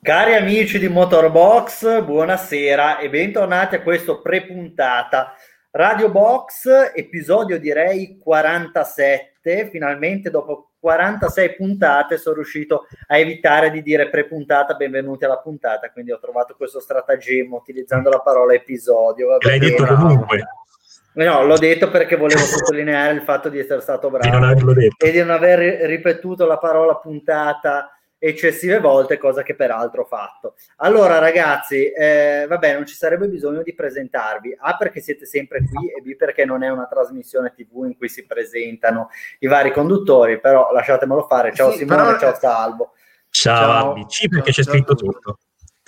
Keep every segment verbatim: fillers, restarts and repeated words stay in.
Cari amici di Motorbox, buonasera e bentornati a questo pre-puntata Radio Box, episodio direi quarantasette. Finalmente dopo quarantasei puntate sono riuscito a evitare di dire pre-puntata, benvenuti alla puntata, quindi ho trovato questo stratagemma utilizzando la parola episodio. Va L'hai bene. detto comunque. No, l'ho detto perché volevo sottolineare il fatto di essere stato bravo di non averlo detto e di non aver ripetuto la parola puntata eccessive volte, cosa che peraltro ho fatto. Allora ragazzi, eh, vabbè, non ci sarebbe bisogno di presentarvi, A perché siete sempre qui e B perché non è una trasmissione tivù in cui si presentano i vari conduttori, però lasciatemelo fare. Ciao sì, Simone, però... ciao Salvo. Ciao, ciao Albi, C perché ciao, c'è scritto tutto. tutto.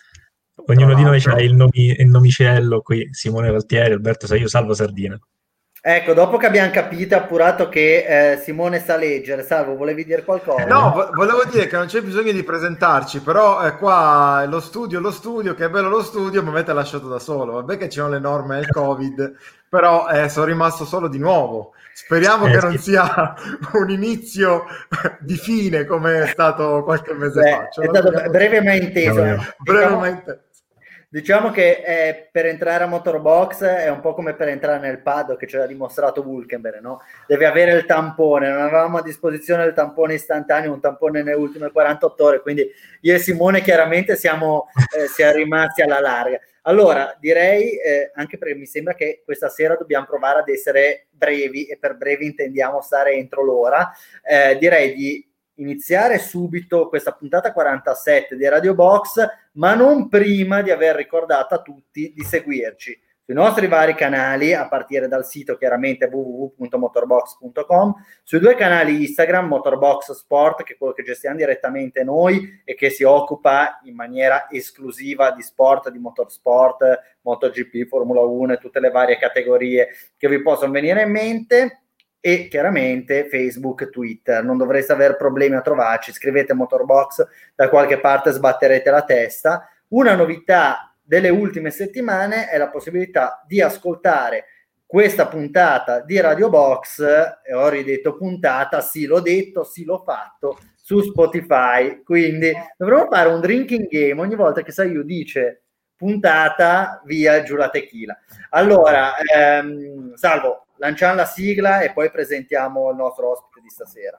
Ognuno di noi ha il, nomi, il nomicello qui, Simone Valtieri, Alberto Saio, Salvo Sardina. Ecco, dopo che abbiamo capito e appurato che eh, Simone sa leggere, Salvo, volevi dire qualcosa? No, vo- volevo dire che non c'è bisogno di presentarci, però eh, qua lo studio, lo studio, che è bello lo studio, mi avete lasciato da solo. Vabbè che c'erano le norme del Covid, però eh, sono rimasto solo di nuovo. Speriamo eh, che sì. non sia un inizio di fine come è stato qualche mese Beh, fa. È stato breve ma inteso. No, breve ma inteso. Diciamo che eh, per entrare a Motorbox è un po' come per entrare nel paddock, che ce l'ha dimostrato Hülkenberg, no? Devi avere il tampone, non avevamo a disposizione il tampone istantaneo, un tampone nelle ultime quarantotto ore, quindi io e Simone chiaramente siamo, eh, siamo rimasti alla larga. Allora, direi, eh, anche perché mi sembra che questa sera dobbiamo provare ad essere brevi, e per brevi intendiamo stare entro l'ora, eh, direi di iniziare subito questa puntata quarantasette di Radio Box, ma non prima di aver ricordato a tutti di seguirci sui nostri vari canali, a partire dal sito chiaramente w w w punto motorbox punto com, sui due canali Instagram, Motorbox Sport, che è quello che gestiamo direttamente noi e che si occupa in maniera esclusiva di sport, di motorsport, MotoGP, Formula uno e tutte le varie categorie che vi possono venire in mente, e chiaramente Facebook, Twitter. Non dovreste avere problemi a trovarci, scrivete Motorbox da qualche parte, sbatterete la testa. Una novità delle ultime settimane è la possibilità di ascoltare questa puntata di Radio Box, e ho ridetto puntata, sì l'ho detto, sì l'ho fatto, su Spotify, quindi dovremmo fare un drinking game ogni volta che Sayu dice puntata, via giù la tequila. Allora, ehm, Salvo, lanciamo la sigla e poi presentiamo il nostro ospite di stasera.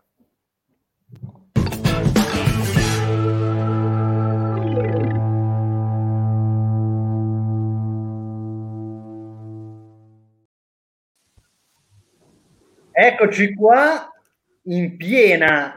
Eccoci qua in piena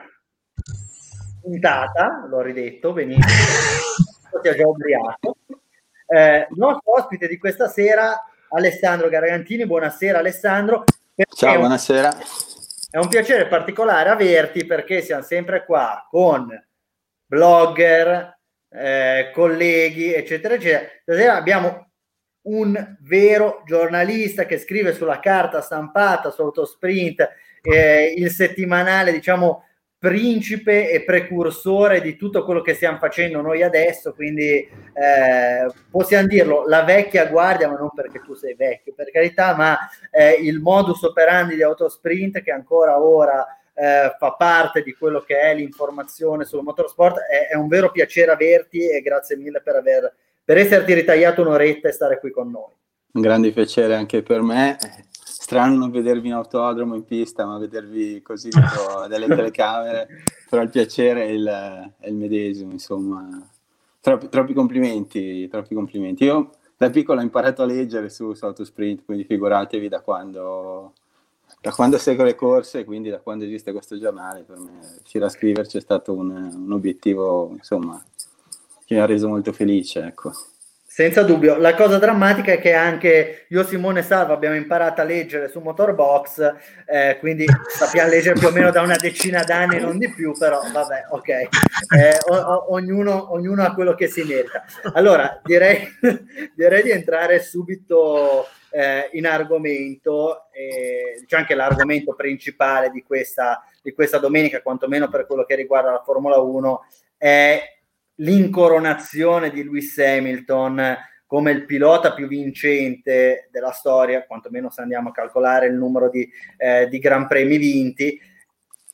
puntata, l'ho ridetto benissimo, ti ho già ubriaco. Eh, il nostro ospite di questa sera, Alessandro Gargantini. Buonasera Alessandro. Ciao, buonasera. È un piacere particolare averti, perché siamo sempre qua con blogger, eh, colleghi, eccetera, eccetera. Stasera abbiamo un vero giornalista che scrive sulla carta stampata, su Autosprint, eh, il settimanale, diciamo, principe e precursore di tutto quello che stiamo facendo noi adesso, quindi eh, possiamo dirlo, la vecchia guardia, ma non perché tu sei vecchio, per carità, ma eh, il modus operandi di Autosprint, che ancora ora eh, fa parte di quello che è l'informazione sul motorsport. È, è un vero piacere averti e grazie mille per aver per esserti ritagliato un'oretta e stare qui con noi. Un grande piacere anche per me. Strano non vedervi in autodromo, in pista, ma vedervi così dietro delle telecamere, però il piacere è il, è il medesimo, insomma. Troppi, troppi complimenti, troppi complimenti. Io da piccolo ho imparato a leggere su, su Autosprint, quindi figuratevi da quando, da quando seguo le corse, quindi da quando esiste questo giornale. Per me riuscire a scriverci è stato un, un obiettivo, insomma, che mi ha reso molto felice, ecco. Senza dubbio. La cosa drammatica è che anche io, Simone Salvo, abbiamo imparato a leggere su Motorbox, eh, quindi sappiamo leggere più o meno da una decina d'anni, non di più, però vabbè, ok. Eh, o, o, ognuno, ognuno ha quello che si merita. Allora, direi, direi di entrare subito eh, in argomento. Eh, diciamo anche l'argomento principale di questa, di questa domenica, quantomeno per quello che riguarda la Formula uno, è l'incoronazione di Lewis Hamilton come il pilota più vincente della storia, quantomeno se andiamo a calcolare il numero di, eh, di Gran Premi vinti.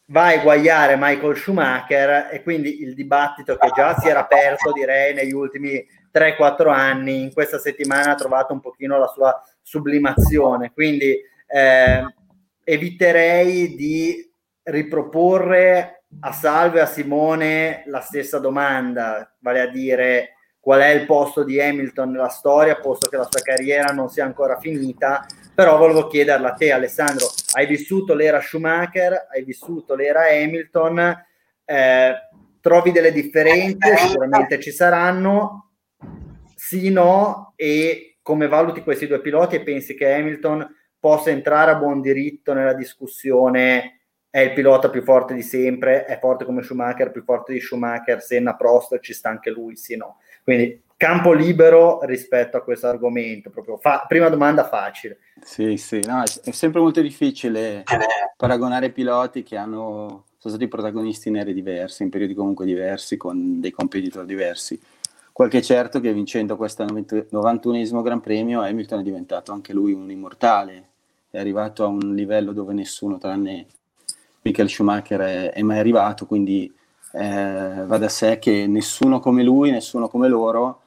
va a eguagliare Michael Schumacher, e quindi il dibattito che già si era aperto, direi, negli ultimi tre quattro anni, in questa settimana ha trovato un pochino la sua sublimazione, quindi eh, eviterei di riproporre a Salvo e a Simone la stessa domanda, vale a dire qual è il posto di Hamilton nella storia, posto che la sua carriera non sia ancora finita. Però volevo chiederla a te, Alessandro, hai vissuto l'era Schumacher, hai vissuto l'era Hamilton, eh, trovi delle differenze? Sicuramente ci saranno, sì, no, e come valuti questi due piloti e pensi che Hamilton possa entrare a buon diritto nella discussione? È il pilota più forte di sempre, è forte come Schumacher, più forte di Schumacher, Senna, Prost, ci sta anche lui, sì, no. Quindi campo libero rispetto a questo argomento, proprio fa- prima domanda facile. Sì, sì, no, è sempre molto difficile paragonare piloti che hanno, sono stati protagonisti in ere diverse, in periodi comunque diversi, con dei competitor diversi. Qualche è certo che vincendo questo novantunesimo Gran Premio Hamilton è diventato anche lui un immortale, è arrivato a un livello dove nessuno tranne Michael Schumacher è, è mai arrivato, quindi eh, va da sé che nessuno come lui, nessuno come loro,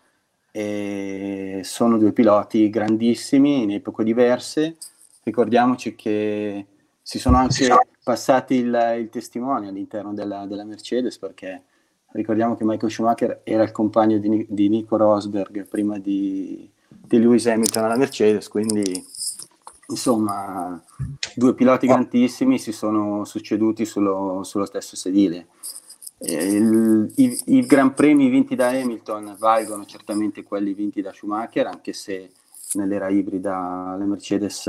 e sono due piloti grandissimi in epoche diverse. Ricordiamoci che si sono anche passati il, il testimone all'interno della, della Mercedes, perché ricordiamo che Michael Schumacher era il compagno di, di Nico Rosberg prima di, di Lewis Hamilton alla Mercedes, quindi insomma due piloti grandissimi si sono succeduti sullo, sullo stesso sedile. Il, i, i Gran Premi vinti da Hamilton valgono certamente quelli vinti da Schumacher, anche se nell'era ibrida la Mercedes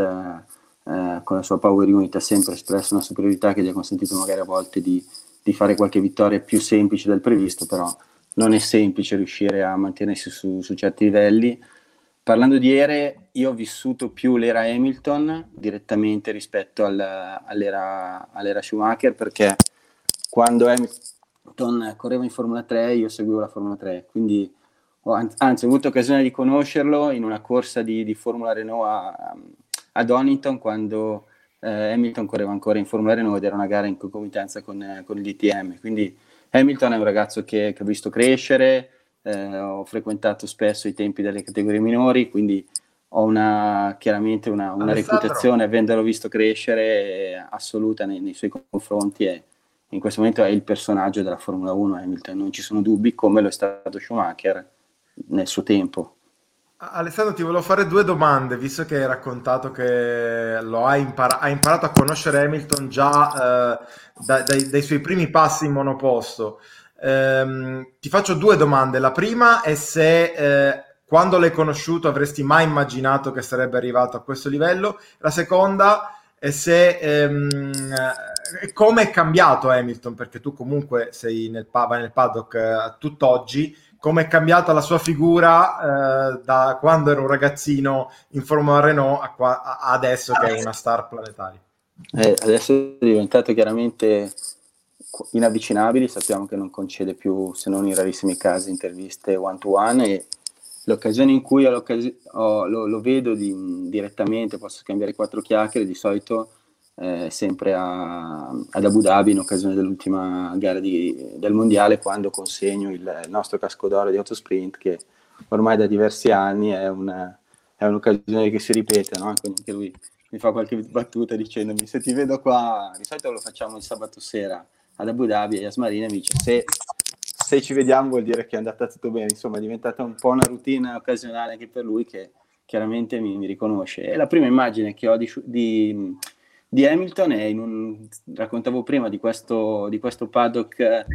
eh, con la sua Power Unit ha sempre espresso una superiorità che gli ha consentito magari a volte di, di fare qualche vittoria più semplice del previsto, però non è semplice riuscire a mantenersi su, su certi livelli. Parlando di ere, io ho vissuto più l'era Hamilton direttamente rispetto al, all'era, all'era Schumacher, perché quando Hamilton correva in Formula tre io seguivo la Formula tre, quindi ho, anzi ho avuto occasione di conoscerlo in una corsa di, di Formula Renault a, a Donington, quando eh, Hamilton correva ancora in Formula Renault ed era una gara in concomitanza con, eh, con il D T M. Quindi Hamilton è un ragazzo che, che ho visto crescere, eh, ho frequentato spesso i tempi delle categorie minori, quindi ho una, chiaramente una, una reputazione, avendolo visto crescere, assoluta nei, nei suoi confronti, e in questo momento è il personaggio della Formula uno Hamilton, non ci sono dubbi, come lo è stato Schumacher nel suo tempo. Alessandro, ti volevo fare due domande, visto che hai raccontato che lo hai, impara- hai imparato a conoscere Hamilton già eh, da- dai, dai suoi primi passi in monoposto. Ehm, ti faccio due domande. La prima è se eh, quando l'hai conosciuto avresti mai immaginato che sarebbe arrivato a questo livello. La seconda è se ehm, eh, come è cambiato Hamilton, perché tu comunque sei nel, pa- vai nel paddock eh, tutt'oggi. Come è cambiata la sua figura eh, da quando era un ragazzino in Formula Renault a, qua, a adesso che è una star planetaria? Eh, adesso è diventato chiaramente inavvicinabile, sappiamo che non concede più, se non in rarissimi casi, interviste one to one, e l'occasione in cui ho ho, lo, lo vedo di, direttamente, posso scambiare quattro chiacchiere, di solito eh, sempre a, ad Abu Dhabi in occasione dell'ultima gara di, del mondiale, quando consegno il, il nostro casco d'oro di Autosprint, che ormai da diversi anni è, una, è un'occasione che si ripete, no? Quindi anche lui mi fa qualche battuta dicendomi: se ti vedo qua, di solito lo facciamo il sabato sera ad Abu Dhabi, e Yasmarina mi dice se, se ci vediamo vuol dire che è andata tutto bene. Insomma, è diventata un po' una routine occasionale anche per lui, che chiaramente mi, mi riconosce. E la prima immagine che ho di, di, di Hamilton è in un, raccontavo prima di questo, di questo paddock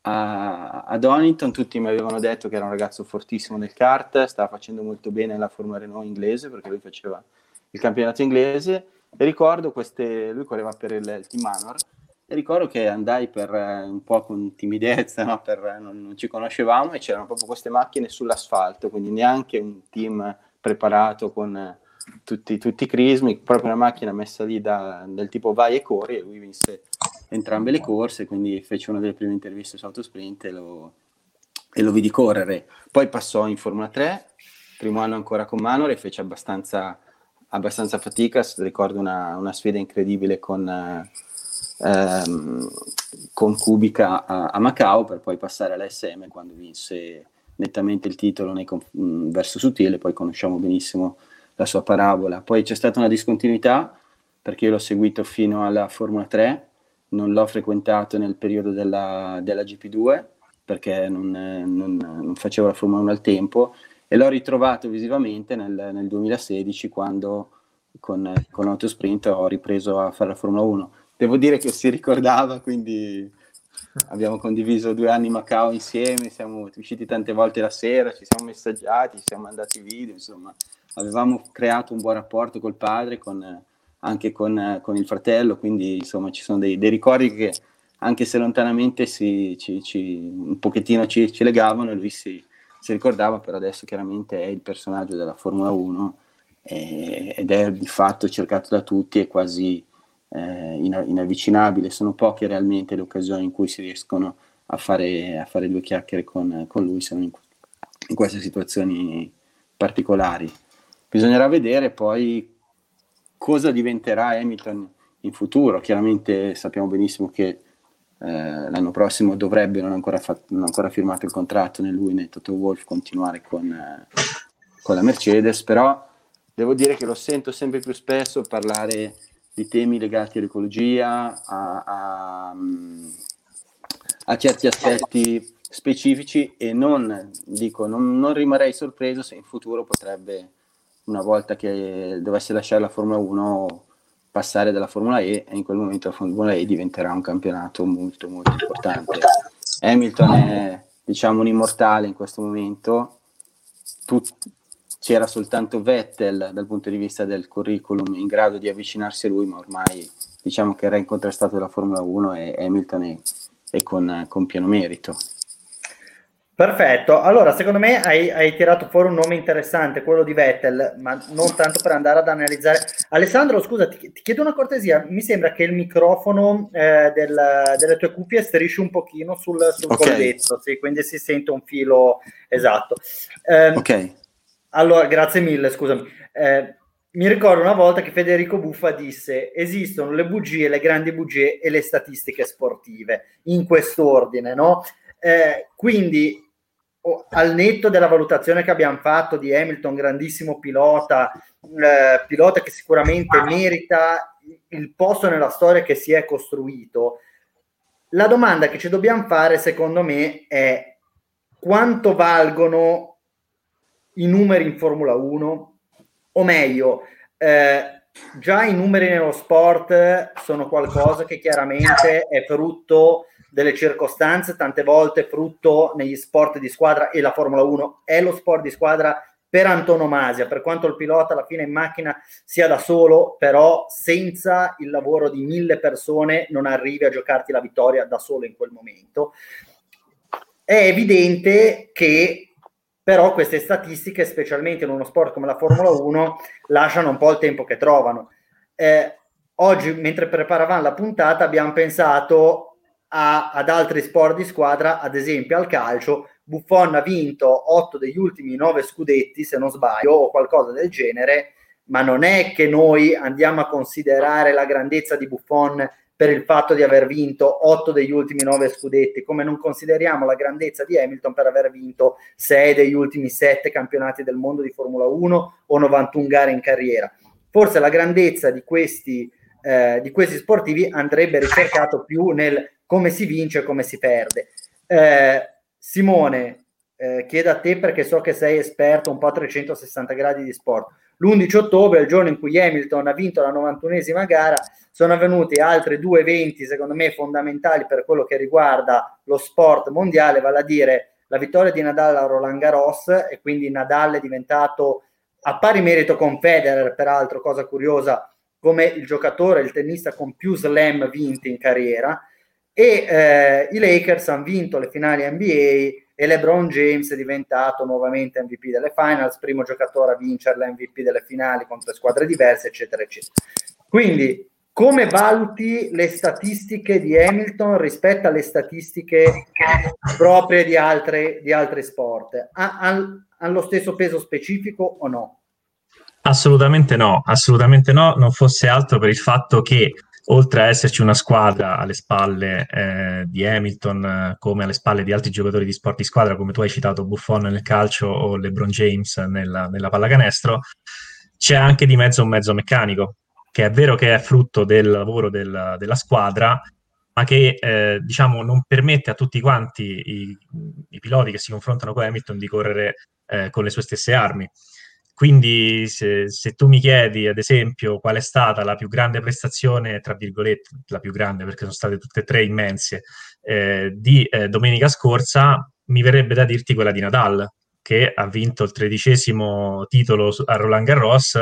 a, a Donington. Tutti mi avevano detto che era un ragazzo fortissimo nel kart, stava facendo molto bene nella Formula Renault inglese, perché lui faceva il campionato inglese, e ricordo queste, lui correva per il, il Team Manor, e ricordo che andai per eh, un po' con timidezza, no? per, eh, non, non ci conoscevamo, e c'erano proprio queste macchine sull'asfalto, quindi neanche un team preparato con eh, tutti, tutti i crismi, proprio una macchina messa lì da, del tipo vai e corri, e lui vinse entrambe le corse, quindi fece una delle prime interviste su Autosprint e lo, e lo vidi correre. Poi passò in Formula tre, primo anno ancora con Manor, e fece abbastanza abbastanza fatica. Ricordo una, una sfida incredibile con, ehm, con Kubica a, a Macao, per poi passare all'A S M quando vinse nettamente il titolo nei, mh, verso Sutil, poi conosciamo benissimo la sua parabola. Poi c'è stata una discontinuità, perché io l'ho seguito fino alla Formula tre, non l'ho frequentato nel periodo della, della G P due, perché non, non, non facevo la Formula uno al tempo, e l'ho ritrovato visivamente nel, nel duemilasedici, quando con, con Autosprint ho ripreso a fare la Formula uno. Devo dire che si ricordava, quindi abbiamo condiviso due anni Macao insieme, siamo usciti tante volte la sera, ci siamo messaggiati, ci siamo mandati video, insomma avevamo creato un buon rapporto col padre, con, anche con, con il fratello, quindi insomma ci sono dei, dei ricordi che anche se lontanamente si, ci, ci, un pochettino ci, ci legavano, e lui si, si ricordava, però adesso chiaramente è il personaggio della Formula uno eh, ed è di fatto cercato da tutti e quasi eh, inavvicinabile. Sono poche realmente le occasioni in cui si riescono a fare, a fare due chiacchiere con, con lui, se non in, in queste situazioni particolari. Bisognerà vedere poi cosa diventerà Hamilton in futuro. Chiaramente sappiamo benissimo che Eh, l'anno prossimo dovrebbe, non ancora, fatto, non ancora firmato il contratto né lui né Toto Wolff, continuare con, eh, con la Mercedes, però devo dire che lo sento sempre più spesso parlare di temi legati all'ecologia, a, a, a certi aspetti specifici, e non dico non, non rimarrei sorpreso se in futuro potrebbe, una volta che dovesse lasciare la Formula uno, passare dalla Formula E, e in quel momento la Formula E diventerà un campionato molto molto importante. Hamilton è, diciamo, un immortale in questo momento. Tut- c'era soltanto Vettel dal punto di vista del curriculum in grado di avvicinarsi a lui, ma ormai diciamo che era incontrastato della Formula uno, e Hamilton è, è con, con pieno merito. Perfetto, allora secondo me hai, hai tirato fuori un nome interessante, quello di Vettel, ma non tanto per andare ad analizzare. Alessandro, scusa, ti, ti chiedo una cortesia, mi sembra che il microfono eh, del, delle tue cuffie strisci un pochino sul, sul okay. colletto, sì, quindi si sente un filo esatto. Eh, ok. Allora, grazie mille, scusami. Eh, mi ricordo una volta che Federico Buffa disse: esistono le bugie, le grandi bugie e le statistiche sportive, in quest'ordine, no? Eh, quindi al netto della valutazione che abbiamo fatto di Hamilton, grandissimo pilota, eh, pilota che sicuramente merita il posto nella storia che si è costruito, la domanda che ci dobbiamo fare, secondo me, è: quanto valgono i numeri in Formula uno? O meglio, eh, già i numeri nello sport sono qualcosa che chiaramente è frutto delle circostanze, tante volte frutto negli sport di squadra, e la Formula uno è lo sport di squadra per antonomasia, per quanto il pilota alla fine in macchina sia da solo, però senza il lavoro di mille persone non arrivi a giocarti la vittoria da solo in quel momento. È evidente che però queste statistiche, specialmente in uno sport come la Formula uno, lasciano un po' il tempo che trovano. Eh, oggi, mentre preparavamo la puntata, abbiamo pensato A, ad altri sport di squadra, ad esempio al calcio. Buffon ha vinto otto degli ultimi nove scudetti, se non sbaglio, o qualcosa del genere, ma non è che noi andiamo a considerare la grandezza di Buffon per il fatto di aver vinto otto degli ultimi nove scudetti, come non consideriamo la grandezza di Hamilton per aver vinto sei degli ultimi sette campionati del mondo di Formula uno o novantuno gare in carriera. Forse la grandezza di questi, eh, di questi sportivi andrebbe ricercato più nel come si vince e come si perde. Eh, Simone, eh, chiedo a te, perché so che sei esperto un po' a trecentosessanta gradi di sport. L'undici ottobre, il giorno in cui Hamilton ha vinto la novantunesima gara, sono avvenuti altri due eventi secondo me fondamentali per quello che riguarda lo sport mondiale, vale a dire la vittoria di Nadal a Roland Garros, e quindi Nadal è diventato, a pari merito con Federer peraltro, cosa curiosa, come il giocatore, il tennista con più slam vinti in carriera, e eh, i Lakers hanno vinto le finali N B A e LeBron James è diventato nuovamente M V P delle finals, primo giocatore a vincere l'M V P delle finali contro squadre diverse, eccetera eccetera. Quindi come valuti le statistiche di Hamilton rispetto alle statistiche proprie di altre, di altri sport? Hanno lo stesso peso specifico o no? Assolutamente no, assolutamente no, non fosse altro per il fatto che oltre a esserci una squadra alle spalle eh, di Hamilton, eh, come alle spalle di altri giocatori di sport di squadra, come tu hai citato Buffon nel calcio o LeBron James nella, nella pallacanestro, c'è anche di mezzo un mezzo meccanico, che è vero che è frutto del lavoro del, della squadra, ma che eh, diciamo non permette a tutti quanti i, i piloti che si confrontano con Hamilton di correre eh, con le sue stesse armi. Quindi se, se tu mi chiedi, ad esempio, qual è stata la più grande prestazione, tra virgolette, la più grande perché sono state tutte e tre immense, eh, di eh, domenica scorsa, mi verrebbe da dirti quella di Nadal, che ha vinto il tredicesimo titolo a Roland Garros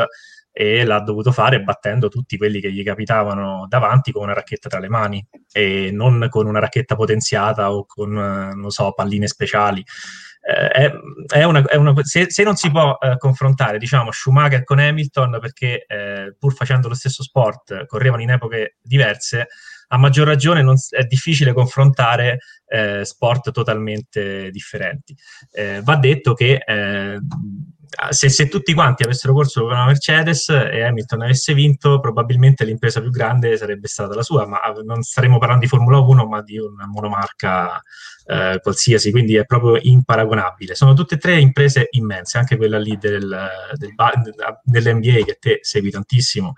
e l'ha dovuto fare battendo tutti quelli che gli capitavano davanti con una racchetta tra le mani e non con una racchetta potenziata o con, non so, palline speciali. Eh, è, è una, è una, se, se non si può eh, confrontare, diciamo, Schumacher con Hamilton perché eh, pur facendo lo stesso sport correvano in epoche diverse, a maggior ragione non, è difficile confrontare eh, sport totalmente differenti. Eh, va detto che eh, se, se tutti quanti avessero corso con una Mercedes e Hamilton avesse vinto, probabilmente l'impresa più grande sarebbe stata la sua, ma non staremo parlando di Formula uno, ma di una monomarca eh, qualsiasi, quindi è proprio imparagonabile. Sono tutte e tre imprese immense, anche quella lì del, del, dell'N B A che te segui tantissimo,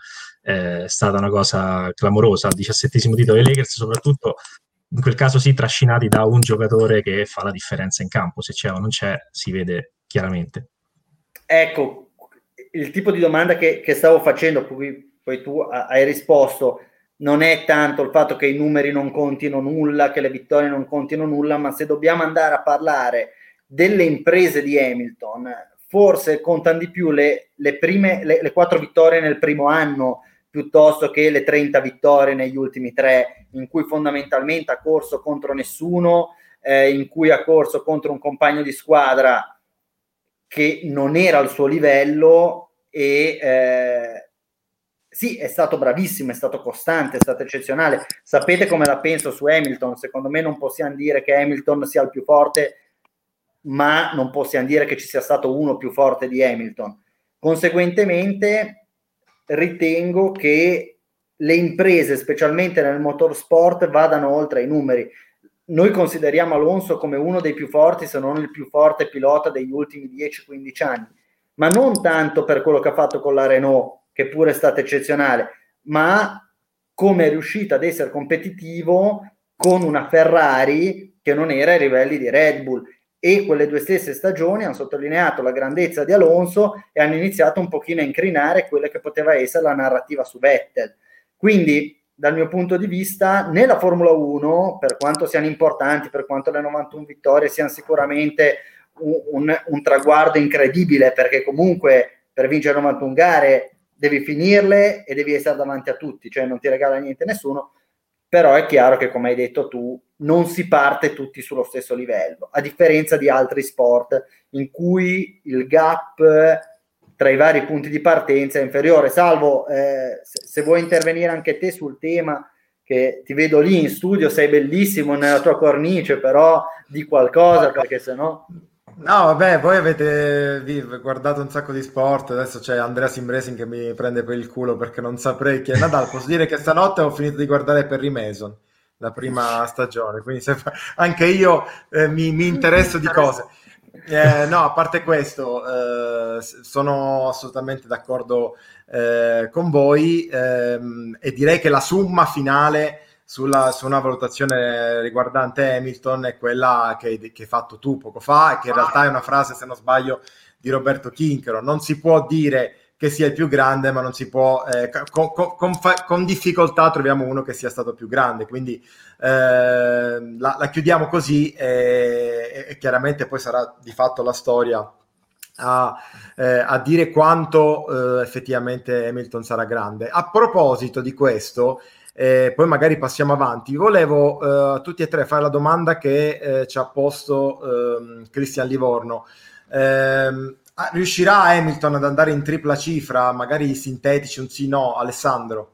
è stata una cosa clamorosa, il diciassettesimo titolo dei Lakers, soprattutto in quel caso sì, trascinati da un giocatore che fa la differenza in campo, se c'è o non c'è si vede chiaramente. Ecco, il tipo di domanda che, che stavo facendo, poi, poi tu hai risposto, non è tanto il fatto che i numeri non contino nulla, che le vittorie non contino nulla, ma se dobbiamo andare a parlare delle imprese di Hamilton, forse contano di più le, le prime, le, le quattro vittorie nel primo anno, piuttosto che le trenta vittorie negli ultimi tre, in cui fondamentalmente ha corso contro nessuno, eh, in cui ha corso contro un compagno di squadra che non era al suo livello e eh, sì, è stato bravissimo, è stato costante, è stato eccezionale. Sapete come la penso su Hamilton? Secondo me non possiamo dire che Hamilton sia il più forte, ma non possiamo dire che ci sia stato uno più forte di Hamilton. Conseguentemente ritengo che le imprese, specialmente nel motorsport, vadano oltre i numeri. Noi consideriamo Alonso come uno dei più forti, se non il più forte pilota degli ultimi dieci quindici anni, ma non tanto per quello che ha fatto con la Renault, che pure è stato eccezionale, ma come è riuscito ad essere competitivo con una Ferrari che non era ai livelli di Red Bull. E quelle due stesse stagioni hanno sottolineato la grandezza di Alonso e hanno iniziato un pochino a incrinare quella che poteva essere la narrativa su Vettel. Quindi, dal mio punto di vista, nella Formula uno, per quanto siano importanti, per quanto le novantuno vittorie siano sicuramente un, un, un traguardo incredibile, perché comunque per vincere novantuno gare devi finirle e devi essere davanti a tutti, cioè non ti regala niente nessuno, però è chiaro che, come hai detto tu, non si parte tutti sullo stesso livello, a differenza di altri sport in cui il gap tra i vari punti di partenza è inferiore. Salvo, eh, se, se vuoi intervenire anche te sul tema, che ti vedo lì in studio, sei bellissimo nella tua cornice, però di qualcosa, perché sennò... No, vabbè, voi avete guardato un sacco di sport, adesso c'è Andrea Simbracing che mi prende per il culo perché non saprei chi è Nadal. Posso dire che stanotte ho finito di guardare Perry Mason, la prima stagione, quindi se fa... anche io eh, mi, mi interesso di cose. Eh, no, a parte questo, eh, sono assolutamente d'accordo eh, con voi ehm, e direi che la somma finale sulla, su una valutazione riguardante Hamilton è quella che, che hai fatto tu poco fa, e che in realtà è una frase, se non sbaglio, di Roberto Chinchero. Non si può dire che sia il più grande, ma non si può eh, con, con, con, con difficoltà troviamo uno che sia stato più grande, quindi eh, la, la chiudiamo così e, e chiaramente poi sarà di fatto la storia a, eh, a dire quanto eh, effettivamente Hamilton sarà grande. A proposito di questo, eh, poi magari passiamo avanti, volevo eh, a tutti e tre fare la domanda che eh, ci ha posto eh, Cristian Livorno. eh, Ah, riuscirà Hamilton ad andare in tripla cifra, magari sintetici, un sì no, Alessandro?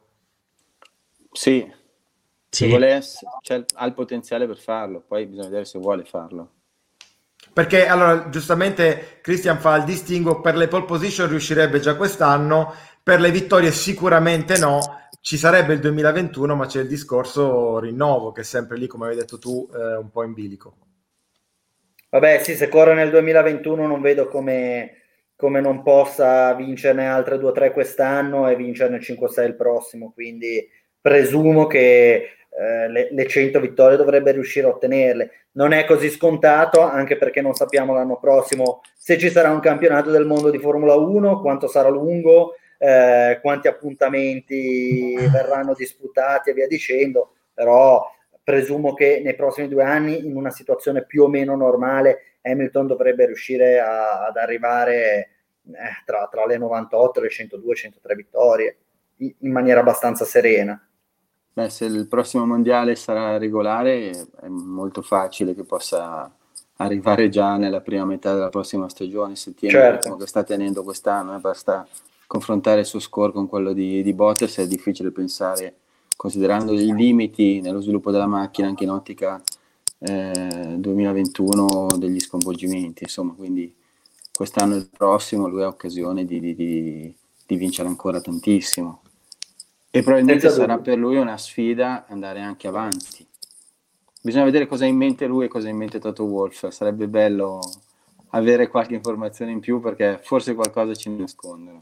Sì, sì. Se vuole, cioè, ha il potenziale per farlo, poi bisogna vedere se vuole farlo. Perché allora giustamente Christian fa il distinguo: per le pole position riuscirebbe già quest'anno, per le vittorie sicuramente no, ci sarebbe il duemilaventuno, ma c'è il discorso rinnovo, che è sempre lì, come hai detto tu, eh, un po' in bilico. Vabbè, sì, se corre nel duemilaventuno non vedo come, come non possa vincerne altre due o tre quest'anno e vincerne cinque o sei il prossimo, quindi presumo che eh, le, le cento vittorie dovrebbe riuscire a ottenerle. Non è così scontato, anche perché non sappiamo l'anno prossimo se ci sarà un campionato del mondo di Formula uno, quanto sarà lungo, eh, quanti appuntamenti verranno disputati e via dicendo, però presumo che nei prossimi due anni, in una situazione più o meno normale, Hamilton dovrebbe riuscire a, ad arrivare eh, tra, tra le novantotto, le centodue, centotré vittorie in, in maniera abbastanza serena. Beh, se il prossimo mondiale sarà regolare, è molto facile che possa arrivare già nella prima metà della prossima stagione, se tiene il ritmo che sta tenendo quest'anno, eh, basta confrontare il suo score con quello di, di Bottas, è difficile pensare, considerando i limiti nello sviluppo della macchina anche in ottica eh, duemilaventuno, degli sconvolgimenti, insomma, quindi quest'anno e il prossimo lui ha occasione di, di, di, di vincere ancora tantissimo. E probabilmente sarà per lui una sfida andare anche avanti. Bisogna vedere cosa ha in mente lui e cosa ha in mente Toto Wolff. Sarebbe bello avere qualche informazione in più, perché forse qualcosa ci nascondono.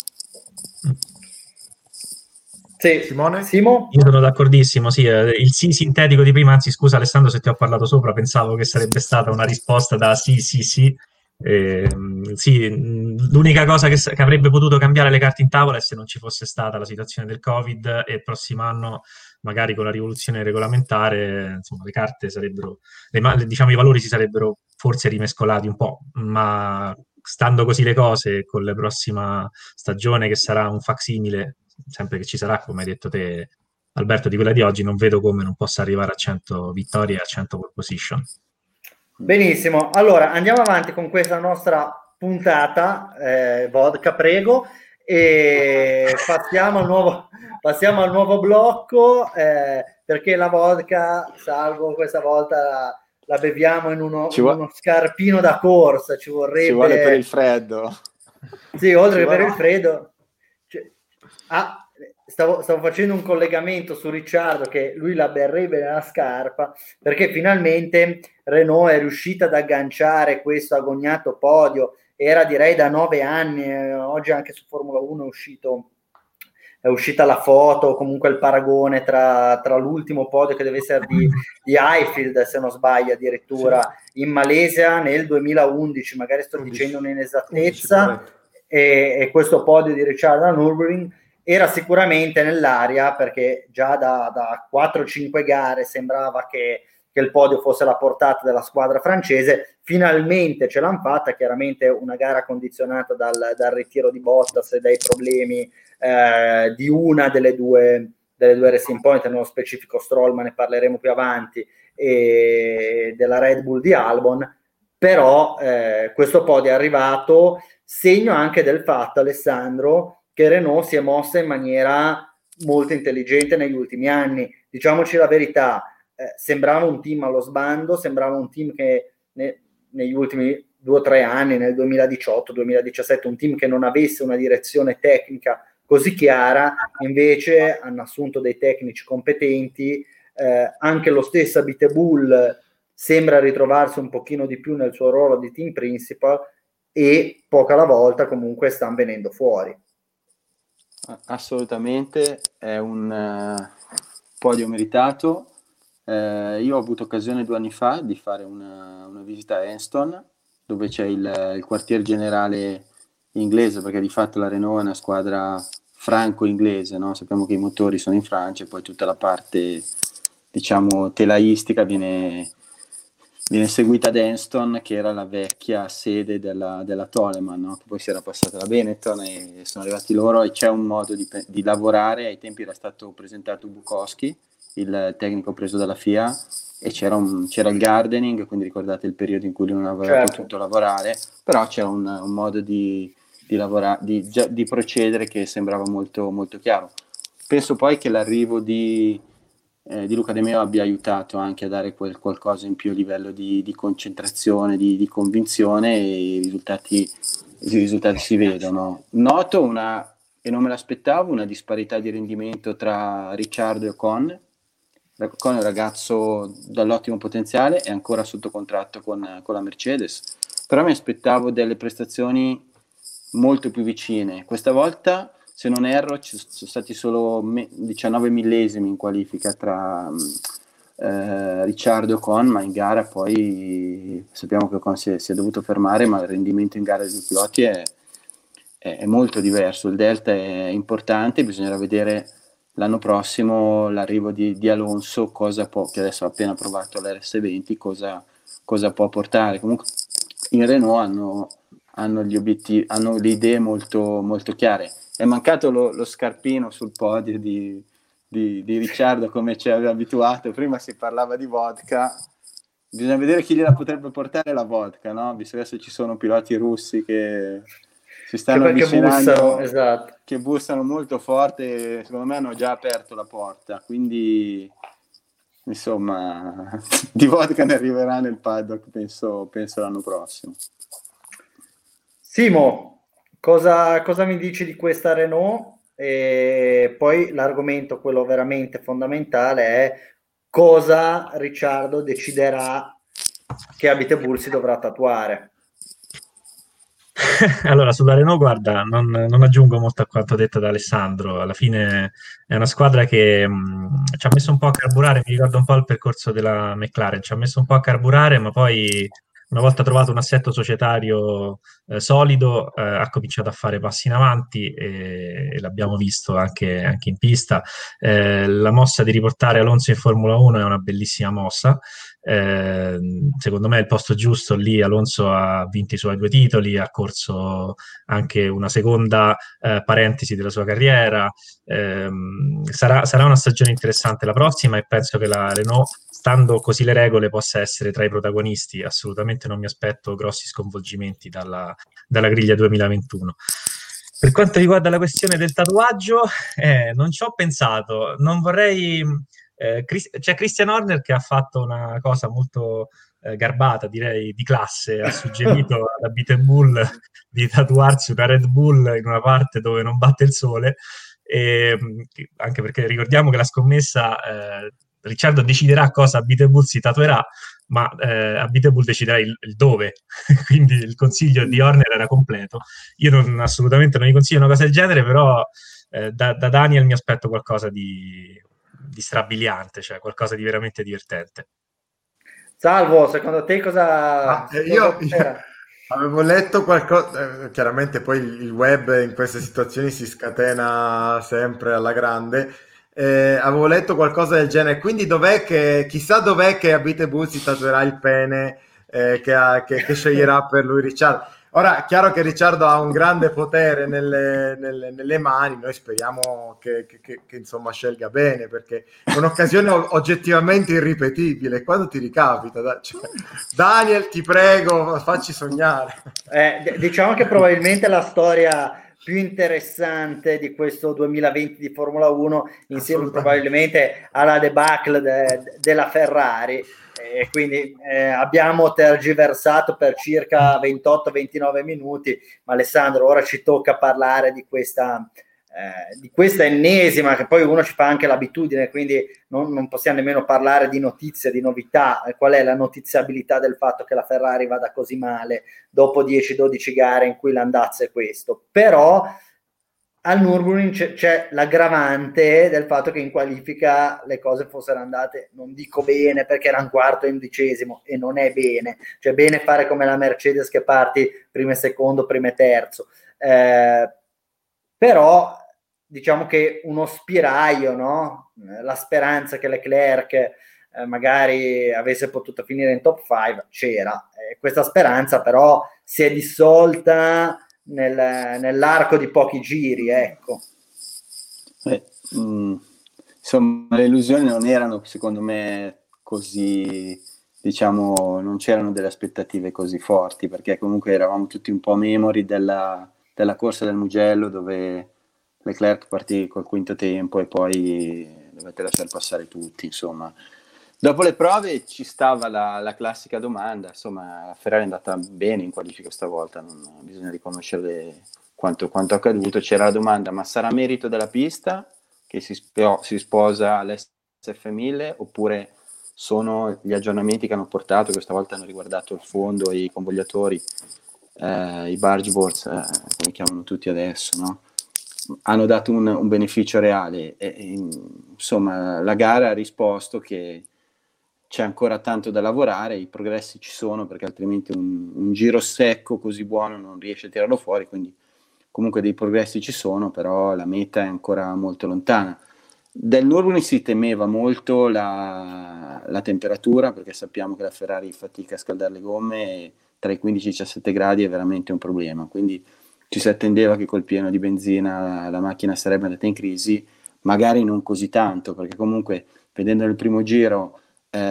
Sì, Simone? Simo? Io sono d'accordissimo, sì, eh, il sì sintetico di prima, anzi scusa Alessandro se ti ho parlato sopra, pensavo che sarebbe stata una risposta da sì, sì, sì. Eh, sì, l'unica cosa che, che avrebbe potuto cambiare le carte in tavola è se non ci fosse stata la situazione del Covid, e il prossimo anno magari con la rivoluzione regolamentare, insomma, le carte sarebbero, le, diciamo, i valori si sarebbero forse rimescolati un po', ma stando così le cose, con la prossima stagione che sarà un facsimile, sempre che ci sarà, come hai detto te Alberto, di quella di oggi, non vedo come non possa arrivare a cento vittorie e a cento pole position. Benissimo, allora andiamo avanti con questa nostra puntata, eh, vodka prego, e passiamo al nuovo, passiamo al nuovo blocco, eh, perché la vodka, salvo questa volta la, la beviamo in uno, in uno scarpino da corsa, ci vorrebbe... Ci vuole per il freddo. Sì, oltre ci che per vuole... il freddo. Cioè, ah, Stavo, stavo facendo un collegamento su Ricciardo, che lui la berrebbe nella scarpa, perché finalmente Renault è riuscita ad agganciare questo agognato podio. Era direi da nove anni, eh, oggi anche su Formula uno è uscito è uscita la foto, comunque il paragone tra, tra l'ultimo podio, che deve essere di, di Highfield, se non sbaglio, addirittura in Malesia nel duemilaundici, magari sto undici, dicendo un'inesattezza, undici, e, e questo podio di Ricciardo a Nürburgring era sicuramente nell'aria, perché già da, da quattro cinque gare sembrava che, che il podio fosse alla portata della squadra francese. Finalmente ce l'hanno fatta, chiaramente una gara condizionata dal, dal ritiro di Bottas e dai problemi eh, di una delle due, delle due Racing Point, nello specifico Stroll, ma ne parleremo più avanti, e della Red Bull di Albon. Però eh, questo podio è arrivato segno anche del fatto, Alessandro, che Renault si è mossa in maniera molto intelligente negli ultimi anni. Diciamoci la verità, eh, sembrava un team allo sbando, sembrava un team che ne, negli ultimi due o tre anni, nel duemiladiciotto duemiladiciassette, un team che non avesse una direzione tecnica così chiara. Invece hanno assunto dei tecnici competenti, eh, anche lo stesso Abiteboul sembra ritrovarsi un pochino di più nel suo ruolo di team principal, e poco alla volta comunque stanno venendo fuori. Assolutamente, è un uh, podio meritato. Uh, io ho avuto occasione due anni fa di fare una, una visita a Enston, dove c'è il, il quartier generale inglese, perché di fatto la Renault è una squadra franco-inglese, no? Sappiamo che i motori sono in Francia e poi tutta la parte, diciamo, telaistica viene... viene seguita ad Enston, che era la vecchia sede della, della Toleman, no? Che poi si era passata la Benetton e sono arrivati loro, e c'è un modo di, di lavorare. Ai tempi era stato presentato Bukowski, il tecnico preso dalla F I A, e c'era, un, c'era il gardening, quindi ricordate il periodo in cui lui non aveva certo. potuto lavorare, però c'era un, un modo di, di, lavora, di, di procedere che sembrava molto, molto chiaro. Penso poi che l'arrivo di... Eh, di Luca De Meo abbia aiutato anche a dare quel qualcosa in più a livello di, di concentrazione, di, di convinzione, e i risultati, i risultati si vedono. Noto una e non me l'aspettavo, una disparità di rendimento tra Ricciardo e Ocon. Ocon è un ragazzo dall'ottimo potenziale, è ancora sotto contratto con, con la Mercedes, però mi aspettavo delle prestazioni molto più vicine. Questa volta, se non erro, ci sono stati solo me- diciannove millesimi in qualifica tra eh, Ricciardo e Ocon, ma in gara poi sappiamo che Ocon si è, si è dovuto fermare, ma il rendimento in gara dei due piloti è, è, è molto diverso, il delta è importante, bisognerà vedere l'anno prossimo l'arrivo di, di Alonso, cosa può, che adesso ha appena provato l'R S venti, cosa, cosa può portare. Comunque in Renault hanno, hanno gli obiettivi, hanno le idee molto, molto chiare. È mancato lo, lo scarpino sul podio di, di, di Ricciardo, come ci aveva abituato. Prima si parlava di vodka, bisogna vedere chi gliela potrebbe portare la vodka, no? Visto che adesso ci sono piloti russi che si stanno che avvicinando, bussano, esatto. che bussano molto forte, secondo me hanno già aperto la porta, quindi insomma di vodka ne arriverà nel paddock, penso, penso l'anno prossimo. Simo, cosa, cosa mi dici di questa Renault? E poi l'argomento, quello veramente fondamentale, è cosa Ricciardo deciderà che Abiteboul si dovrà tatuare. Allora, sulla Renault, guarda, non, non aggiungo molto a quanto detto da Alessandro. Alla fine è una squadra che mh, ci ha messo un po' a carburare, mi ricorda un po' il percorso della McLaren, ci ha messo un po' a carburare, ma poi una volta trovato un assetto societario eh, solido, eh, ha cominciato a fare passi in avanti e, e l'abbiamo visto anche, anche in pista. Eh, la mossa di riportare Alonso in Formula uno è una bellissima mossa. Eh, secondo me è il posto giusto lì. Alonso ha vinto i suoi due titoli, ha corso anche una seconda eh, parentesi della sua carriera. Eh, sarà, sarà una stagione interessante la prossima e penso che la Renault, stando così le regole, possa essere tra i protagonisti. Assolutamente non mi aspetto grossi sconvolgimenti dalla, dalla griglia duemilaventuno. Per quanto riguarda la questione del tatuaggio, eh, non ci ho pensato, non vorrei... Eh, Chris- c'è Christian Horner che ha fatto una cosa molto eh, garbata, direi di classe, ha suggerito ad Abiteboul di tatuarsi una Red Bull in una parte dove non batte il sole, e, anche perché ricordiamo che la scommessa eh, Ricciardo deciderà cosa Abiteboul si tatuerà, ma eh, Abiteboul deciderà il, il dove, quindi il consiglio di Horner era completo. Io non, assolutamente non gli consiglio una cosa del genere, però eh, da, da Daniel mi aspetto qualcosa di di strabiliante, cioè qualcosa di veramente divertente. Salvo, secondo te cosa, Ah, eh, cosa io, io c'era? avevo letto qualcosa, eh, chiaramente poi il il web in queste situazioni si scatena sempre alla grande. Eh, avevo letto qualcosa del genere, quindi dov'è che, chissà dov'è che Abiteboul si tatuerà il pene eh, che, ha- che- che sceglierà per lui Ricciardo. Ora, chiaro che Ricciardo ha un grande potere nelle, nelle- nelle mani, noi speriamo che, che- che- che, insomma scelga bene, perché è un'occasione o- oggettivamente irripetibile. Quando ti ricapita? Da- cioè, Daniel, ti prego, facci sognare. Eh, d- diciamo che probabilmente la storia più interessante di questo duemilaventi di Formula uno, insieme Assolutamente. probabilmente alla debacle de- della Ferrari, e quindi eh, abbiamo tergiversato per circa ventotto ventinove minuti, ma Alessandro, ora ci tocca parlare di questa, eh, di questa ennesima, che poi uno ci fa anche l'abitudine, quindi non, non possiamo nemmeno parlare di notizie, di novità. Qual è la notiziabilità del fatto che la Ferrari vada così male dopo dieci dodici gare in cui l'andazzo è questo? Però al Nürburgring c'è, c'è l'aggravante del fatto che in qualifica le cose fossero andate, non dico bene perché erano quarto e undicesimo, e non è bene, cioè bene fare come la Mercedes che parti primo e secondo, primo e terzo, eh, però diciamo che uno spiraglio, no? La speranza che Leclerc eh, magari avesse potuto finire in top cinque c'era, eh, questa speranza però si è dissolta nel, nell'arco di pochi giri, ecco. Eh, mh, insomma, le illusioni non erano, secondo me, così, diciamo, non c'erano delle aspettative così forti, perché comunque eravamo tutti un po' memori della, della corsa del Mugello, dove Leclerc partì col quinto tempo e poi dovete lasciare passare tutti, insomma. Dopo le prove ci stava la, la classica domanda, insomma, la Ferrari è andata bene in qualifica stavolta, non, bisogna riconoscere quanto, quanto accaduto. C'era la domanda, ma sarà merito della pista che si, spo- si sposa all'S F mille, oppure sono gli aggiornamenti che hanno portato, questa volta hanno riguardato il fondo, i convogliatori, eh, i barge boards, eh, come chiamano tutti adesso, no? Hanno dato un, un beneficio reale e, e, insomma la gara ha risposto che c'è ancora tanto da lavorare, i progressi ci sono, perché altrimenti un, un giro secco così buono non riesce a tirarlo fuori, quindi comunque dei progressi ci sono, però la meta è ancora molto lontana. Del Nürburgring si temeva molto la, la temperatura, perché sappiamo che la Ferrari fatica a scaldare le gomme e tra i quindici e i diciassette gradi è veramente un problema, quindi ci si attendeva che col pieno di benzina la macchina sarebbe andata in crisi, magari non così tanto, perché comunque vedendo nel primo giro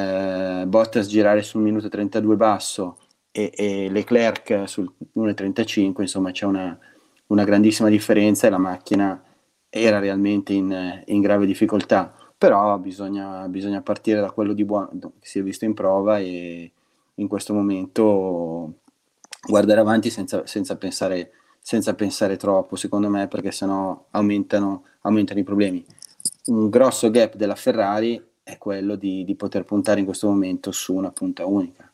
eh, Bottas girare sul minuto trentadue basso e, e Leclerc sul uno e trentacinque, insomma c'è una, una grandissima differenza e la macchina era realmente in, in grave difficoltà, però bisogna, bisogna partire da quello di buono che si è visto in prova e in questo momento guardare avanti senza, senza pensare senza pensare troppo, secondo me, perché sennò aumentano, aumentano i problemi. Un grosso gap della Ferrari è quello di, di poter puntare in questo momento su una punta unica,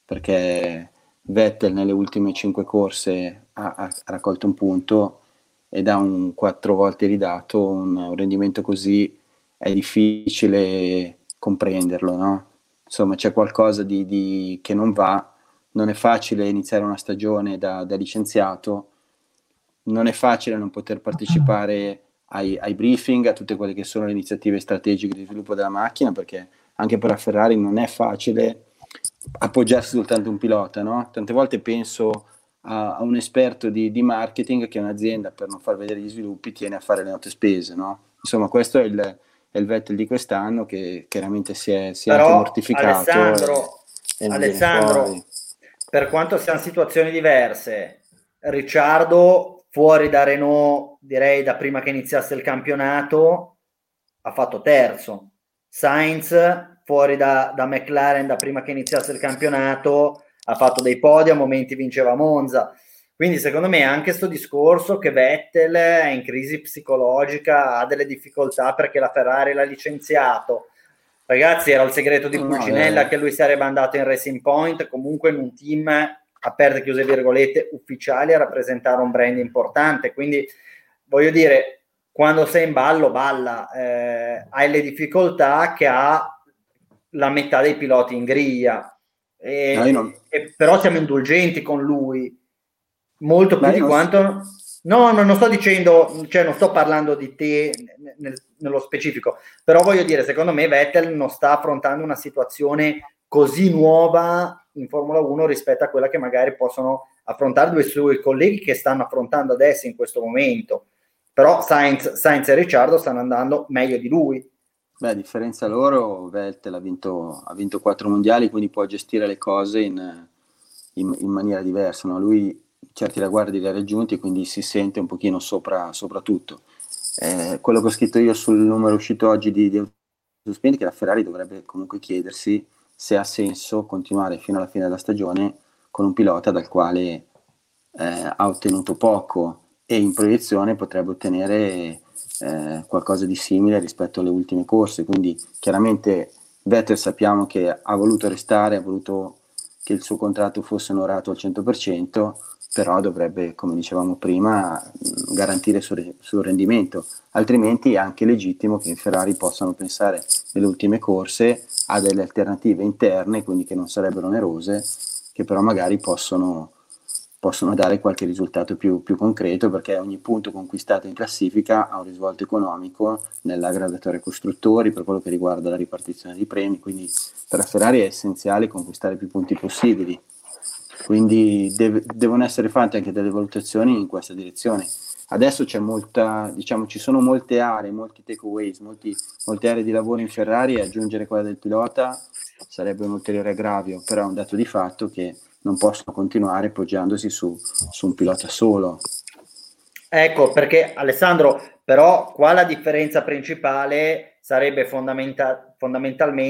perché Vettel nelle ultime cinque corse ha, ha raccolto un punto ed ha un quattro volte ridato, un, un rendimento così è difficile comprenderlo, no? Insomma c'è qualcosa di, di, che non va, non è facile iniziare una stagione da, da licenziato, non è facile non poter partecipare ai, ai briefing, a tutte quelle che sono le iniziative strategiche di sviluppo della macchina, perché anche per la Ferrari non è facile appoggiarsi soltanto un pilota, no? Tante volte penso a, a un esperto di, di marketing che un'azienda, per non far vedere gli sviluppi, tiene a fare le note spese, no? Insomma, questo è il, è il Vettel di quest'anno, che chiaramente si è, si è Però, anche mortificato. Alessandro, e, e Alessandro per quanto siano situazioni diverse, Ricciardo fuori da Renault, direi da prima che iniziasse il campionato, ha fatto terzo. Sainz fuori da, da McLaren da prima che iniziasse il campionato ha fatto dei podi, a momenti vinceva Monza. Quindi secondo me anche sto discorso che Vettel è in crisi psicologica, ha delle difficoltà perché la Ferrari l'ha licenziato. Ragazzi, era il segreto di Pulcinella no, eh. che lui sarebbe andato in Racing Point, comunque in un team aperte chiuse virgolette ufficiali a rappresentare un brand importante. Quindi voglio dire, quando sei in ballo balla, eh, hai le difficoltà che ha la metà dei piloti in griglia e, no, non... e, però siamo indulgenti con lui molto più Beh, di quanto so. no, no, non sto dicendo, cioè non sto parlando di te nel, nello specifico, però voglio dire, secondo me Vettel non sta affrontando una situazione così nuova in Formula uno rispetto a quella che magari possono affrontare due suoi colleghi che stanno affrontando adesso in questo momento. Però Sainz, Sainz e Ricciardo stanno andando meglio di lui. Beh, a differenza loro, Vettel ha vinto, ha vinto quattro mondiali, quindi può gestire le cose in, in, in maniera diversa, no? Lui certi ragguardi li ha raggiunti, quindi si sente un pochino sopra, sopra tutto. Eh, quello che ho scritto io sul numero uscito oggi di, di Autospin è che la Ferrari dovrebbe comunque chiedersi se ha senso continuare fino alla fine della stagione con un pilota dal quale eh, ha ottenuto poco e in proiezione potrebbe ottenere eh, qualcosa di simile rispetto alle ultime corse. Quindi chiaramente Vettel sappiamo che ha voluto restare, ha voluto che il suo contratto fosse onorato al cento per cento, però dovrebbe, come dicevamo prima, garantire il suo, il suo rendimento, altrimenti è anche legittimo che in Ferrari possano pensare nelle ultime corse a delle alternative interne, quindi che non sarebbero onerose, che però magari possono, possono dare qualche risultato più, più concreto, perché ogni punto conquistato in classifica ha un risvolto economico nella graduatoria costruttori per quello che riguarda la ripartizione dei premi, quindi per la Ferrari è essenziale conquistare più punti possibili. Quindi deve, devono essere fatte anche delle valutazioni in questa direzione. Adesso c'è molta, diciamo, ci sono molte aree, molti takeaways, molti, molte aree di lavoro in Ferrari, e aggiungere quella del pilota sarebbe un ulteriore aggravio, però è un dato di fatto che non possono continuare poggiandosi su, su un pilota solo. Ecco, perché Alessandro, però qua la differenza principale sarebbe fondamenta-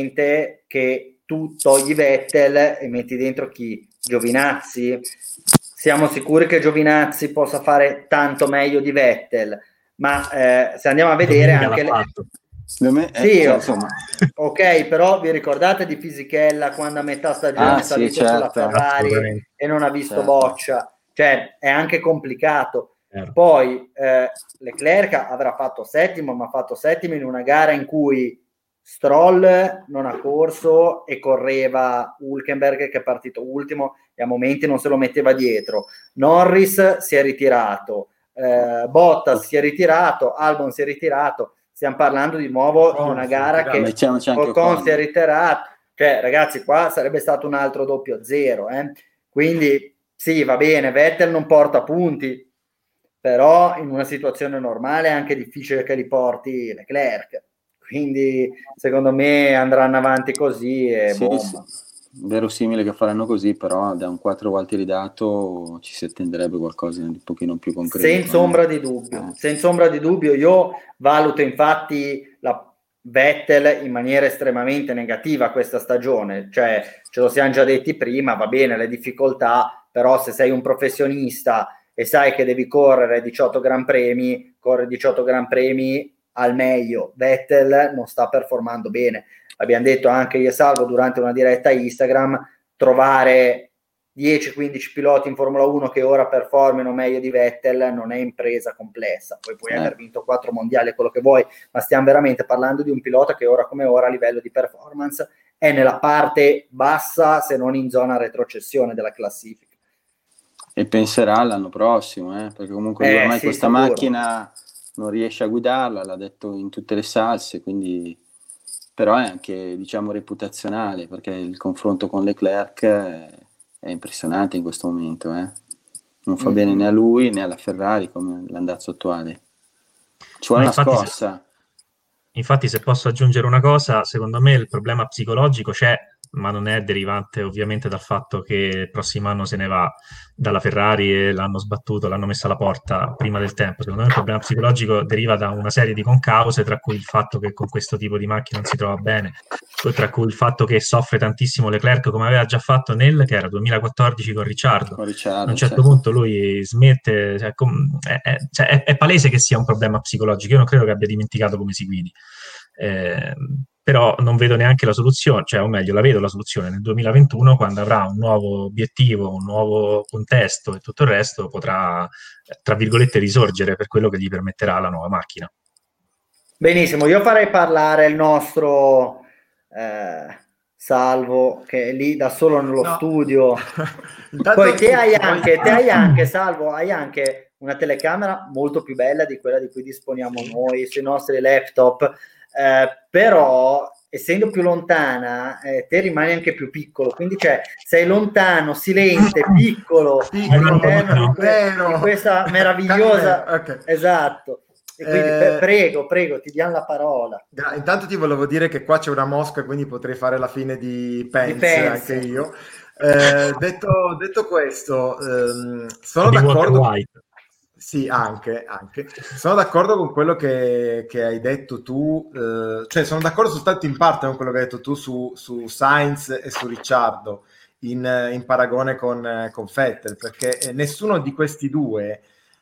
fondamentalmente che tu togli Vettel e metti dentro chi? Giovinazzi. siamo sicuri che Giovinazzi possa fare tanto meglio di Vettel, ma eh, se andiamo a vedere Domenica anche l'ha le... fatto. Me, eh, sì, cioè, oh, insomma. ok, però vi ricordate di Fisichella quando a metà stagione Ah, è salito sì, certo. sulla Ferrari e non ha visto certo. boccia? Cioè, è anche complicato. Vero. Poi eh, Leclerc avrà fatto settimo, ma ha fatto settimo in una gara in cui Stroll non ha corso e correva Hülkenberg che è partito ultimo e a momenti non se lo metteva dietro. Norris si è ritirato, eh, Bottas si è ritirato, Albon si è ritirato. Stiamo parlando di nuovo Ocon di una si è gara ritirato. che Mettiamoci anche Ocon Ocon. si è ritirato. Cioè, ragazzi, qua sarebbe stato un altro doppio zero. Eh? Quindi, sì, va bene, Vettel non porta punti, però in una situazione normale è anche difficile che li porti Leclerc. Quindi, secondo me, andranno avanti così e Sì, bomba. sì. Verosimile che faranno così, però da un quattro volte ridato ci si attenderebbe qualcosa di un pochino più concreto. Senza eh. ombra di dubbio, Eh. senza ombra di dubbio. Io valuto infatti la Vettel in maniera estremamente negativa questa stagione, cioè ce lo siamo già detti prima, va bene le difficoltà, però se sei un professionista e sai che devi correre diciotto Gran Premi, corre diciotto Gran Premi al meglio. Vettel non sta performando bene. Abbiamo detto anche io e Salvo durante una diretta Instagram, trovare dieci quindici piloti in Formula uno che ora performino meglio di Vettel non è impresa complessa. Poi puoi Eh. aver vinto quattro mondiali, quello che vuoi, ma stiamo veramente parlando di un pilota che ora come ora a livello di performance è nella parte bassa, se non in zona retrocessione della classifica. E penserà l'anno prossimo, eh? Perché comunque lui Eh, ormai sì, questa sicuro. macchina non riesce a guidarla, l'ha detto in tutte le salse, quindi però è anche, diciamo, reputazionale, perché il confronto con Leclerc è, è impressionante in questo momento, eh? Non fa Mm-hmm. bene né a lui né alla Ferrari come l'andazzo attuale. Ci vuole Ma una infatti, scossa. Infatti, se posso aggiungere una cosa, secondo me il problema psicologico c'è, ma non è derivante ovviamente dal fatto che il prossimo anno se ne va dalla Ferrari e l'hanno sbattuto, l'hanno messo alla porta prima del tempo. Secondo me il problema psicologico deriva da una serie di concause, tra cui il fatto che con questo tipo di macchina non si trova bene, tra cui il fatto che soffre tantissimo Leclerc, come aveva già fatto nel, che era duemilaquattordici con Ricciardo. Con Ricciardo, A un certo certo. punto lui smette, cioè, com- è, è, cioè, è, è palese che sia un problema psicologico. Io non credo che abbia dimenticato come si guidi. Eh, però non vedo neanche la soluzione, cioè o meglio la vedo la soluzione nel duemilaventuno, quando avrà un nuovo obiettivo, un nuovo contesto e tutto il resto potrà, tra virgolette, risorgere per quello che gli permetterà la nuova macchina. Benissimo, io farei parlare il nostro eh, Salvo che è lì da solo nello No. studio. Intanto, Poi te hai se anche, vuoi- te hai anche, Salvo, hai anche una telecamera molto più bella di quella di cui disponiamo noi sui nostri laptop, eh, però essendo più lontana eh, te rimani anche più piccolo, quindi cioè, sei lontano, silente, piccolo, Piccolo, all'interno di, que- vero. di questa meravigliosa... Ok. Esatto. E quindi Eh, pe- prego, prego, ti diamo la parola. Gra- Intanto ti volevo dire che qua c'è una mosca, quindi potrei fare la fine di Pence, Di Pence. anche io. Eh, detto, detto questo, ehm, sono Di Walter d'accordo. White. Sì, anche, anche. Sono d'accordo con quello che, che hai detto tu, eh, cioè sono d'accordo soltanto in parte con quello che hai detto tu su, su Sainz e su Ricciardo in, in paragone con, con Vettel, perché nessuno di questi due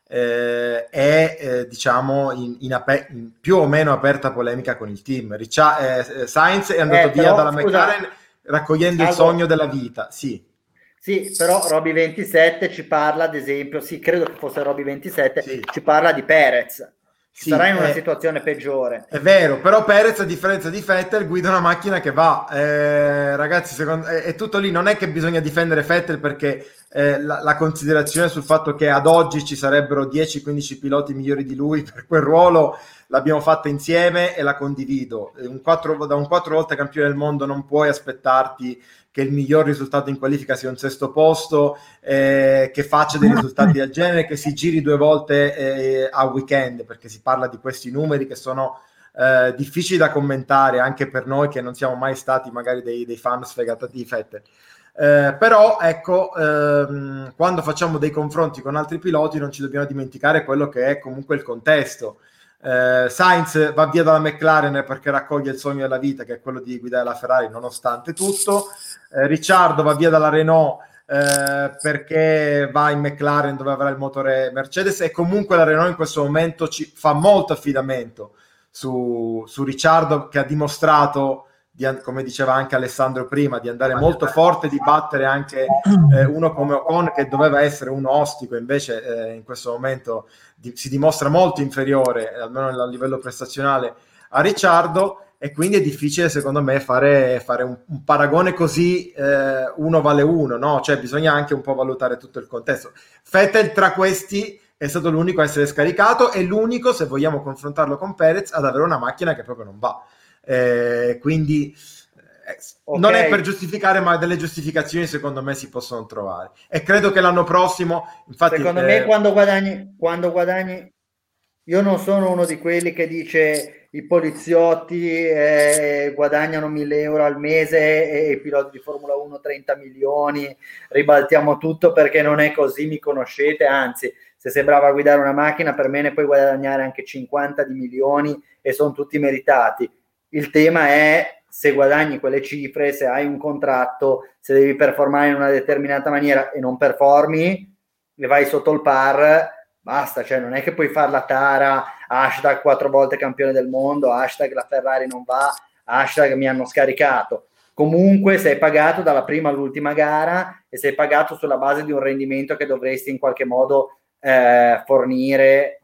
eh, è eh, diciamo in, in, ape- in più o meno aperta polemica con il team. Riccia- eh, Sainz è andato Eh, via però, dalla scusa, McLaren raccogliendo il Salvo. sogno della vita, sì. Sì, però Roby ventisette ci parla, ad esempio, sì, credo che fosse Roby ventisette, Sì. ci parla di Perez. Ci Sì, sarà in una è- situazione peggiore. È vero, però Perez, a differenza di Vettel, guida una macchina che va. Eh, ragazzi, secondo, è, è tutto lì. Non è che bisogna difendere Vettel perché eh, la, la considerazione sul fatto che ad oggi ci sarebbero dieci quindici piloti migliori di lui per quel ruolo l'abbiamo fatta insieme e la condivido. Un quattro, da un quattro volte campione del mondo non puoi aspettarti che il miglior risultato in qualifica sia un sesto posto, eh, che faccia dei risultati del genere, che si giri due volte eh, a weekend, perché si parla di questi numeri che sono eh, difficili da commentare anche per noi che non siamo mai stati magari dei, dei fan sfegatati di Vettel. Eh, però ecco, ehm, quando facciamo dei confronti con altri piloti non ci dobbiamo dimenticare quello che è comunque il contesto. Eh, Sainz va via dalla McLaren perché raccoglie il sogno della vita, che è quello di guidare la Ferrari nonostante tutto. eh, Ricciardo va via dalla Renault eh, perché va in McLaren dove avrà il motore Mercedes, e comunque la Renault in questo momento ci fa molto affidamento su, su Ricciardo, che ha dimostrato, di, come diceva anche Alessandro prima, di andare molto forte, di battere anche eh, uno come Ocon, che doveva essere un ostico, invece eh, in questo momento di, si dimostra molto inferiore, almeno a livello prestazionale, a Ricciardo, e quindi è difficile secondo me fare, fare un, un paragone così eh, uno vale uno, no? Cioè bisogna anche un po' valutare tutto il contesto. Vettel tra questi è stato l'unico a essere scaricato, e l'unico, se vogliamo confrontarlo con Perez, ad avere una macchina che proprio non va. Eh, quindi eh, okay. Non è per giustificare, ma delle giustificazioni secondo me si possono trovare, e credo che l'anno prossimo, infatti, secondo eh... me quando guadagni, quando guadagni, io non sono uno di quelli che dice i poliziotti eh, guadagnano mille euro al mese e i piloti di Formula uno trenta milioni, ribaltiamo tutto, perché non è così, mi conoscete, anzi, se sei bravo a guidare una macchina, per me ne puoi guadagnare anche cinquanta di milioni e sono tutti meritati. Il tema è se guadagni quelle cifre, se hai un contratto, se devi performare in una determinata maniera e non performi e vai sotto il par, basta, cioè non è che puoi fare la tara, hashtag quattro volte campione del mondo, hashtag la Ferrari non va, hashtag mi hanno scaricato. Comunque sei pagato dalla prima all'ultima gara e sei pagato sulla base di un rendimento che dovresti in qualche modo eh, fornire,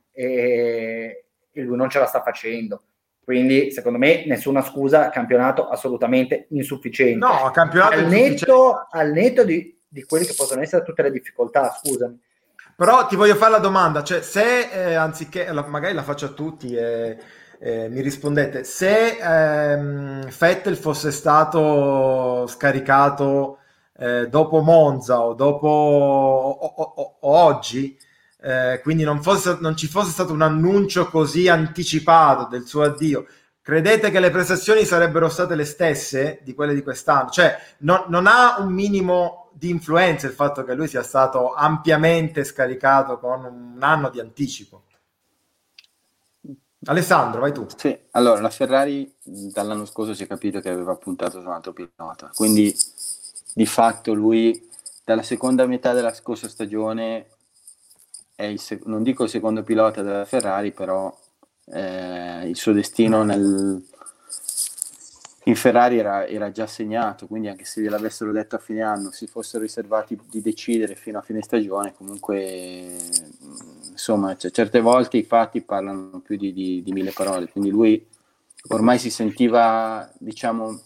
e, e lui non ce la sta facendo. Quindi, secondo me, nessuna scusa, campionato assolutamente insufficiente. No, campionato al insufficiente. netto, al netto di, di quelle che possono essere tutte le difficoltà, scusami. Però ti voglio fare la domanda, cioè se, eh, anziché, la, magari la faccio a tutti e eh, mi rispondete, se ehm, Vettel fosse stato scaricato eh, dopo Monza o dopo o, o, o, o oggi, Eh, quindi non, fosse, non ci fosse stato un annuncio così anticipato del suo addio, credete che le prestazioni sarebbero state le stesse di quelle di quest'anno? Cioè non, non ha un minimo di influenza il fatto che lui sia stato ampiamente scaricato con un anno di anticipo? Alessandro, vai tu. Sì, allora la Ferrari dall'anno scorso si è capito che aveva puntato su un altro pilota, quindi di fatto lui dalla seconda metà della scorsa stagione è il sec- non dico il secondo pilota della Ferrari, però eh, il suo destino nel... in Ferrari era, era già segnato, quindi anche se gliel'avessero detto a fine anno, si fossero riservati di decidere fino a fine stagione, comunque insomma c- certe volte i fatti parlano più di, di, di mille parole, quindi lui ormai si sentiva, diciamo,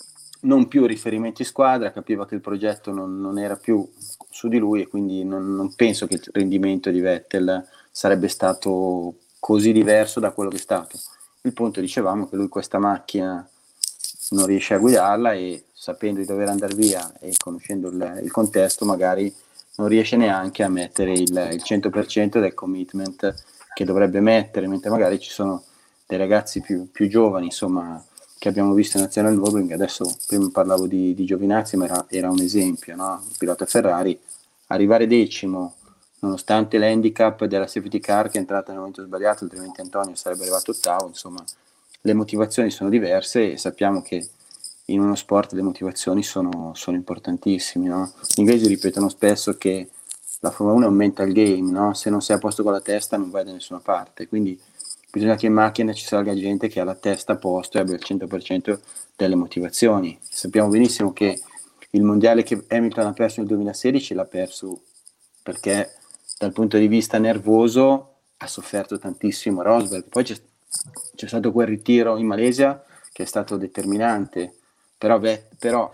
non più riferimento in squadra, capiva che il progetto non, non era più su di lui, e quindi non, non penso che il rendimento di Vettel sarebbe stato così diverso da quello che è stato. Il punto, dicevamo, che lui questa macchina non riesce a guidarla, e sapendo di dover andare via e conoscendo il, il contesto magari non riesce neanche a mettere il, il cento per cento del commitment che dovrebbe mettere, mentre magari ci sono dei ragazzi più, più giovani, insomma, che abbiamo visto in National Nürburgring. Adesso prima parlavo di, di Giovinazzi, ma era, era un esempio, no? Il pilota Ferrari, arrivare decimo nonostante l'handicap della safety car che è entrata nel momento sbagliato, altrimenti Antonio sarebbe arrivato ottavo. Insomma, le motivazioni sono diverse e sappiamo che in uno sport le motivazioni sono, sono importantissime, no? Gli inglesi ripetono spesso che la Formula uno è un mental game, no? Se non sei a posto con la testa non vai da nessuna parte, quindi bisogna che in macchina ci salga gente che ha la testa a posto e abbia il cento per cento delle motivazioni. Sappiamo benissimo che il mondiale che Hamilton ha perso nel duemilasedici l'ha perso perché dal punto di vista nervoso ha sofferto tantissimo Rosberg. Poi c'è, c'è stato quel ritiro in Malesia che è stato determinante, però, beh, però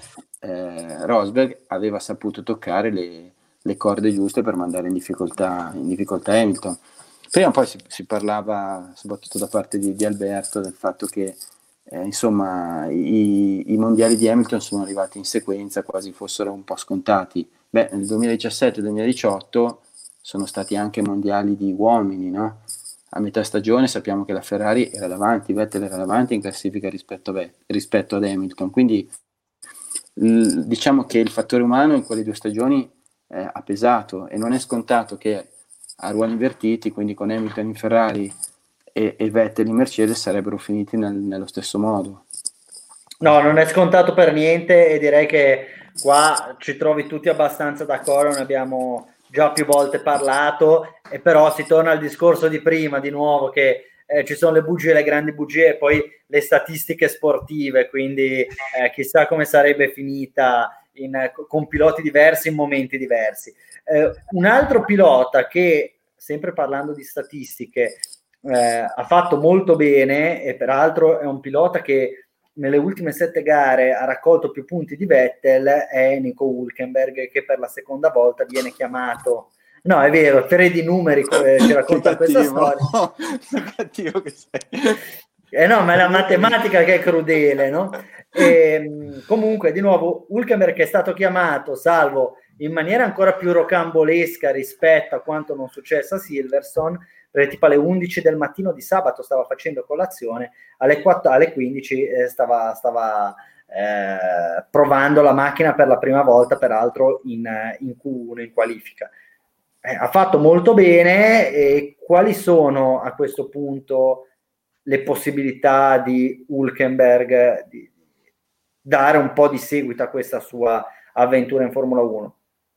eh, Rosberg aveva saputo toccare le, le corde giuste per mandare in difficoltà, in difficoltà Hamilton. Prima o poi si, si parlava, soprattutto da parte di, di Alberto, del fatto che eh, insomma i, i mondiali di Hamilton sono arrivati in sequenza, quasi fossero un po' scontati. Beh, nel duemiladiciassette duemiladiciotto sono stati anche mondiali di uomini, no? A metà stagione sappiamo che la Ferrari era davanti, Vettel era davanti in classifica rispetto, a, rispetto ad Hamilton, quindi l, diciamo che il fattore umano in quelle due stagioni eh, ha pesato, e non è scontato che a ruoli invertiti, quindi con Hamilton in Ferrari e, e Vettel in Mercedes, sarebbero finiti nel, nello stesso modo. No, non è scontato per niente, e direi che qua ci trovi tutti abbastanza d'accordo, ne abbiamo già più volte parlato, e però si torna al discorso di prima di nuovo, che eh, ci sono le bugie, le grandi bugie, e poi le statistiche sportive, quindi eh, chissà come sarebbe finita in, con piloti diversi in momenti diversi. Eh, un altro pilota che, sempre parlando di statistiche, eh, ha fatto molto bene, e peraltro è un pilota che nelle ultime sette gare ha raccolto più punti di Vettel, è Nico Hülkenberg, che per la seconda volta viene chiamato. No, è vero, Freddy Numeri eh, ci racconta questa storia. No, che cattivo che sei. Eh no, ma è la matematica che è crudele, no? E, comunque, di nuovo, Hülkenberg che è stato chiamato, salvo in maniera ancora più rocambolesca rispetto a quanto non successe a Silverstone, perché tipo alle undici del mattino di sabato stava facendo colazione, alle, quattro, alle quindici eh, stava, stava eh, provando la macchina per la prima volta, peraltro in, in Q uno, in qualifica. Eh, ha fatto molto bene. E quali sono a questo punto le possibilità di Hülkenberg di dare un po' di seguito a questa sua avventura in Formula uno?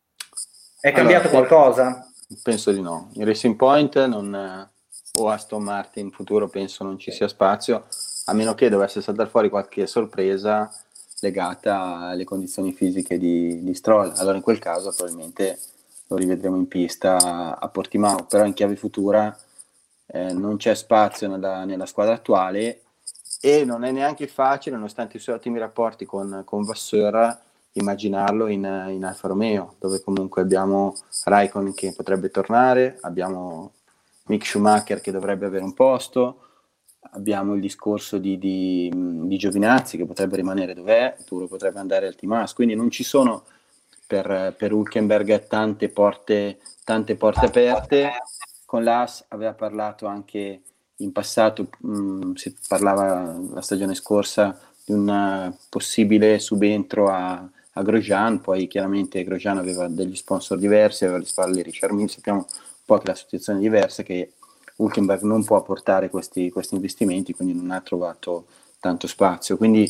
È cambiato allora, qualcosa? Penso di no. In Racing Point non, o Aston Martin in futuro penso non ci sia spazio, a meno che dovesse saltare fuori qualche sorpresa legata alle condizioni fisiche di, di Stroll. Allora in quel caso probabilmente lo rivedremo in pista a Portimao, però in chiave futura eh, non c'è spazio nella, nella squadra attuale, e non è neanche facile, nonostante i suoi ottimi rapporti con, con Vasseur, immaginarlo in, in Alfa Romeo, dove comunque abbiamo Raikkonen che potrebbe tornare, abbiamo Mick Schumacher che dovrebbe avere un posto, abbiamo il discorso di, di, di Giovinazzi che potrebbe rimanere dov'è, oppure potrebbe andare al Team Haas, quindi non ci sono per, per Hülkenberg tante porte, tante porte aperte. Con l'Haas aveva parlato anche in passato, mh, si parlava la stagione scorsa di un possibile subentro a a Grosjean, poi chiaramente Grosjean aveva degli sponsor diversi, aveva le spalle Richard Mille, sappiamo un po' che la situazione è diversa, che Hülkenberg non può portare questi, questi investimenti, quindi non ha trovato tanto spazio, quindi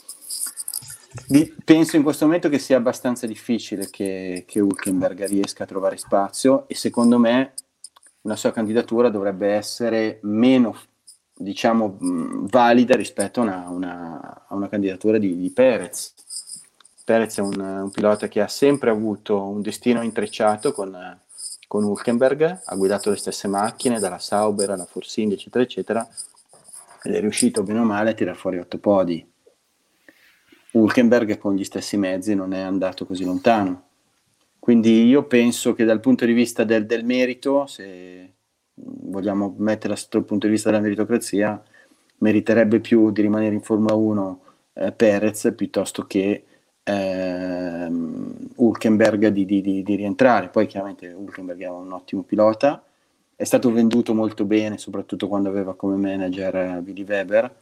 di, penso in questo momento che sia abbastanza difficile che, che Hülkenberg riesca a trovare spazio, e secondo me una sua candidatura dovrebbe essere meno, diciamo, valida rispetto a una, una, a una candidatura di, di Perez. Perez è un, un pilota che ha sempre avuto un destino intrecciato con, con Hülkenberg, ha guidato le stesse macchine, dalla Sauber alla Force India, eccetera, eccetera, ed è riuscito bene o male a tirare fuori otto podi. Hülkenberg con gli stessi mezzi non è andato così lontano. Quindi io penso che dal punto di vista del, del merito, se vogliamo metterla sotto il punto di vista della meritocrazia, meriterebbe più di rimanere in Formula uno eh, Perez piuttosto che ehm, Hülkenberg di, di, di, di rientrare. Poi chiaramente Hülkenberg è un ottimo pilota, è stato venduto molto bene, soprattutto quando aveva come manager Willy Weber,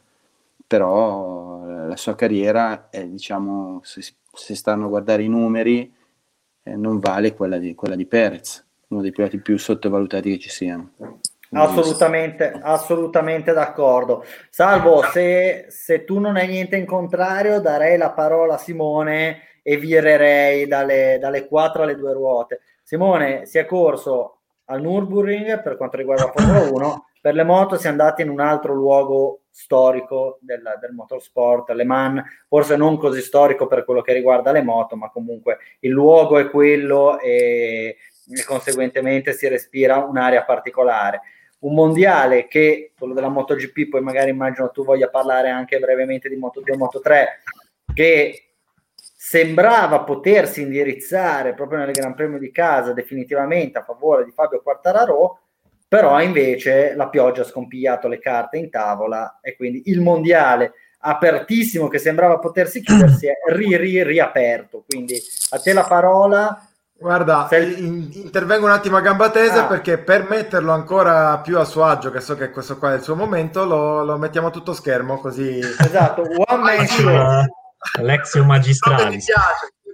però la sua carriera è, diciamo, se, se stanno a guardare i numeri, eh, non vale quella di, quella di Perez, uno dei piloti più sottovalutati che ci siano. Assolutamente, assolutamente d'accordo. Salvo, se, se tu non hai niente in contrario, darei la parola a Simone e virerei dalle, dalle quattro alle due ruote. Simone, si è corso al Nürburgring per quanto riguarda la Formula uno, per le moto si è andati in un altro luogo storico del, del motorsport, Le Mans, forse non così storico per quello che riguarda le moto, ma comunque il luogo è quello e, e conseguentemente si respira un'area particolare. Un mondiale che, quello della MotoGP, poi magari immagino tu voglia parlare anche brevemente di Moto due e Moto tre, che sembrava potersi indirizzare proprio nel Gran Premio di casa definitivamente a favore di Fabio Quartararo, però invece la pioggia ha scompigliato le carte in tavola e quindi il mondiale apertissimo che sembrava potersi chiudersi è ri, ri, riaperto. Quindi a te la parola. Guarda, Sei... in, intervengo un attimo a gamba tesa ah. perché per metterlo ancora più a suo agio, che so che questo qua è il suo momento, lo, lo mettiamo a tutto schermo così. Esatto, one man show. Lexio Magistralis. Mi piace,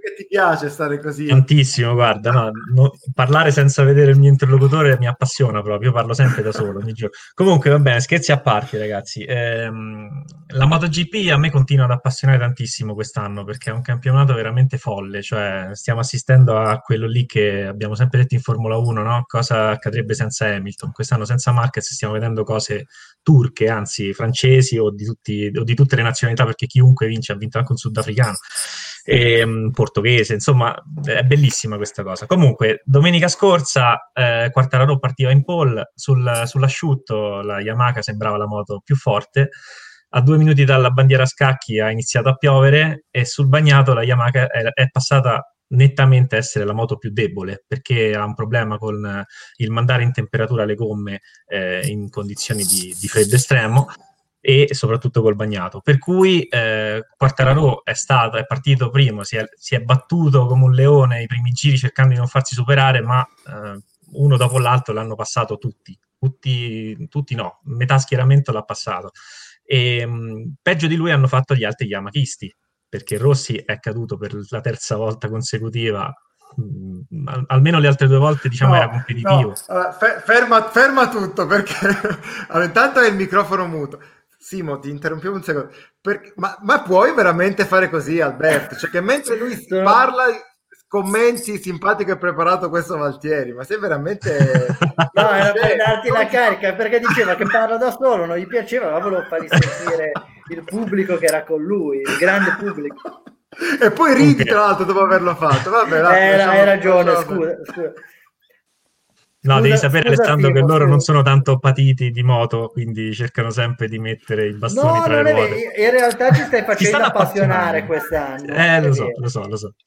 che ti piace stare così. Tantissimo, guarda, no, no, parlare senza vedere il mio interlocutore mi appassiona proprio, io parlo sempre da solo ogni giorno. Comunque va bene, scherzi a parte ragazzi, ehm, la MotoGP a me continua ad appassionare tantissimo quest'anno perché è un campionato veramente folle, cioè stiamo assistendo a quello lì che abbiamo sempre detto in Formula uno, no? Cosa accadrebbe senza Hamilton, quest'anno senza Marquez stiamo vedendo cose turche, anzi francesi o di, tutti, o di tutte le nazionalità, perché chiunque vince ha vinto anche un sudafricano e um, portoghese, insomma è bellissima questa cosa. Comunque domenica scorsa eh, Quartararo partiva in pole, sul, sull'asciutto la Yamaha sembrava la moto più forte, a due minuti dalla bandiera a scacchi ha iniziato a piovere e sul bagnato la Yamaha è, è passata nettamente a essere la moto più debole perché ha un problema con il mandare in temperatura le gomme eh, in condizioni di, di freddo estremo e soprattutto col bagnato, per cui eh, Quartararo è stato, è partito primo, si è, si è battuto come un leone i primi giri cercando di non farsi superare, ma eh, uno dopo l'altro l'hanno passato tutti, tutti, tutti no, metà schieramento l'ha passato e mh, peggio di lui hanno fatto gli altri yamachisti, perché Rossi è caduto per la terza volta consecutiva, mh, al, almeno le altre due volte diciamo no, era competitivo. No. Allora, fe- ferma, ferma tutto perché allora, intanto è il microfono muto. Simo, ti interrompevo un secondo. Per... Ma, ma puoi veramente fare così, Alberto? Cioè che mentre lui parla, commenti simpatico e preparato questo Valtieri, ma sei veramente... No, era per darti la carica, perché diceva che parla da solo, non gli piaceva, ma volevo fargli sentire il pubblico che era con lui, il grande pubblico. E poi ridi tra l'altro dopo averlo fatto. Vabbè, va, eh, lasciamo, hai ragione, lasciamo... scusa, scusa. No, Scusa, devi sapere scusa, Alessandro Simo, che loro scusa. non sono tanto patiti di moto, quindi cercano sempre di mettere i bastoni no, tra non le è ruote. vero. In realtà ci stai facendo appassionare appassionare quest'anno. Eh, lo so, vero. lo so, lo so.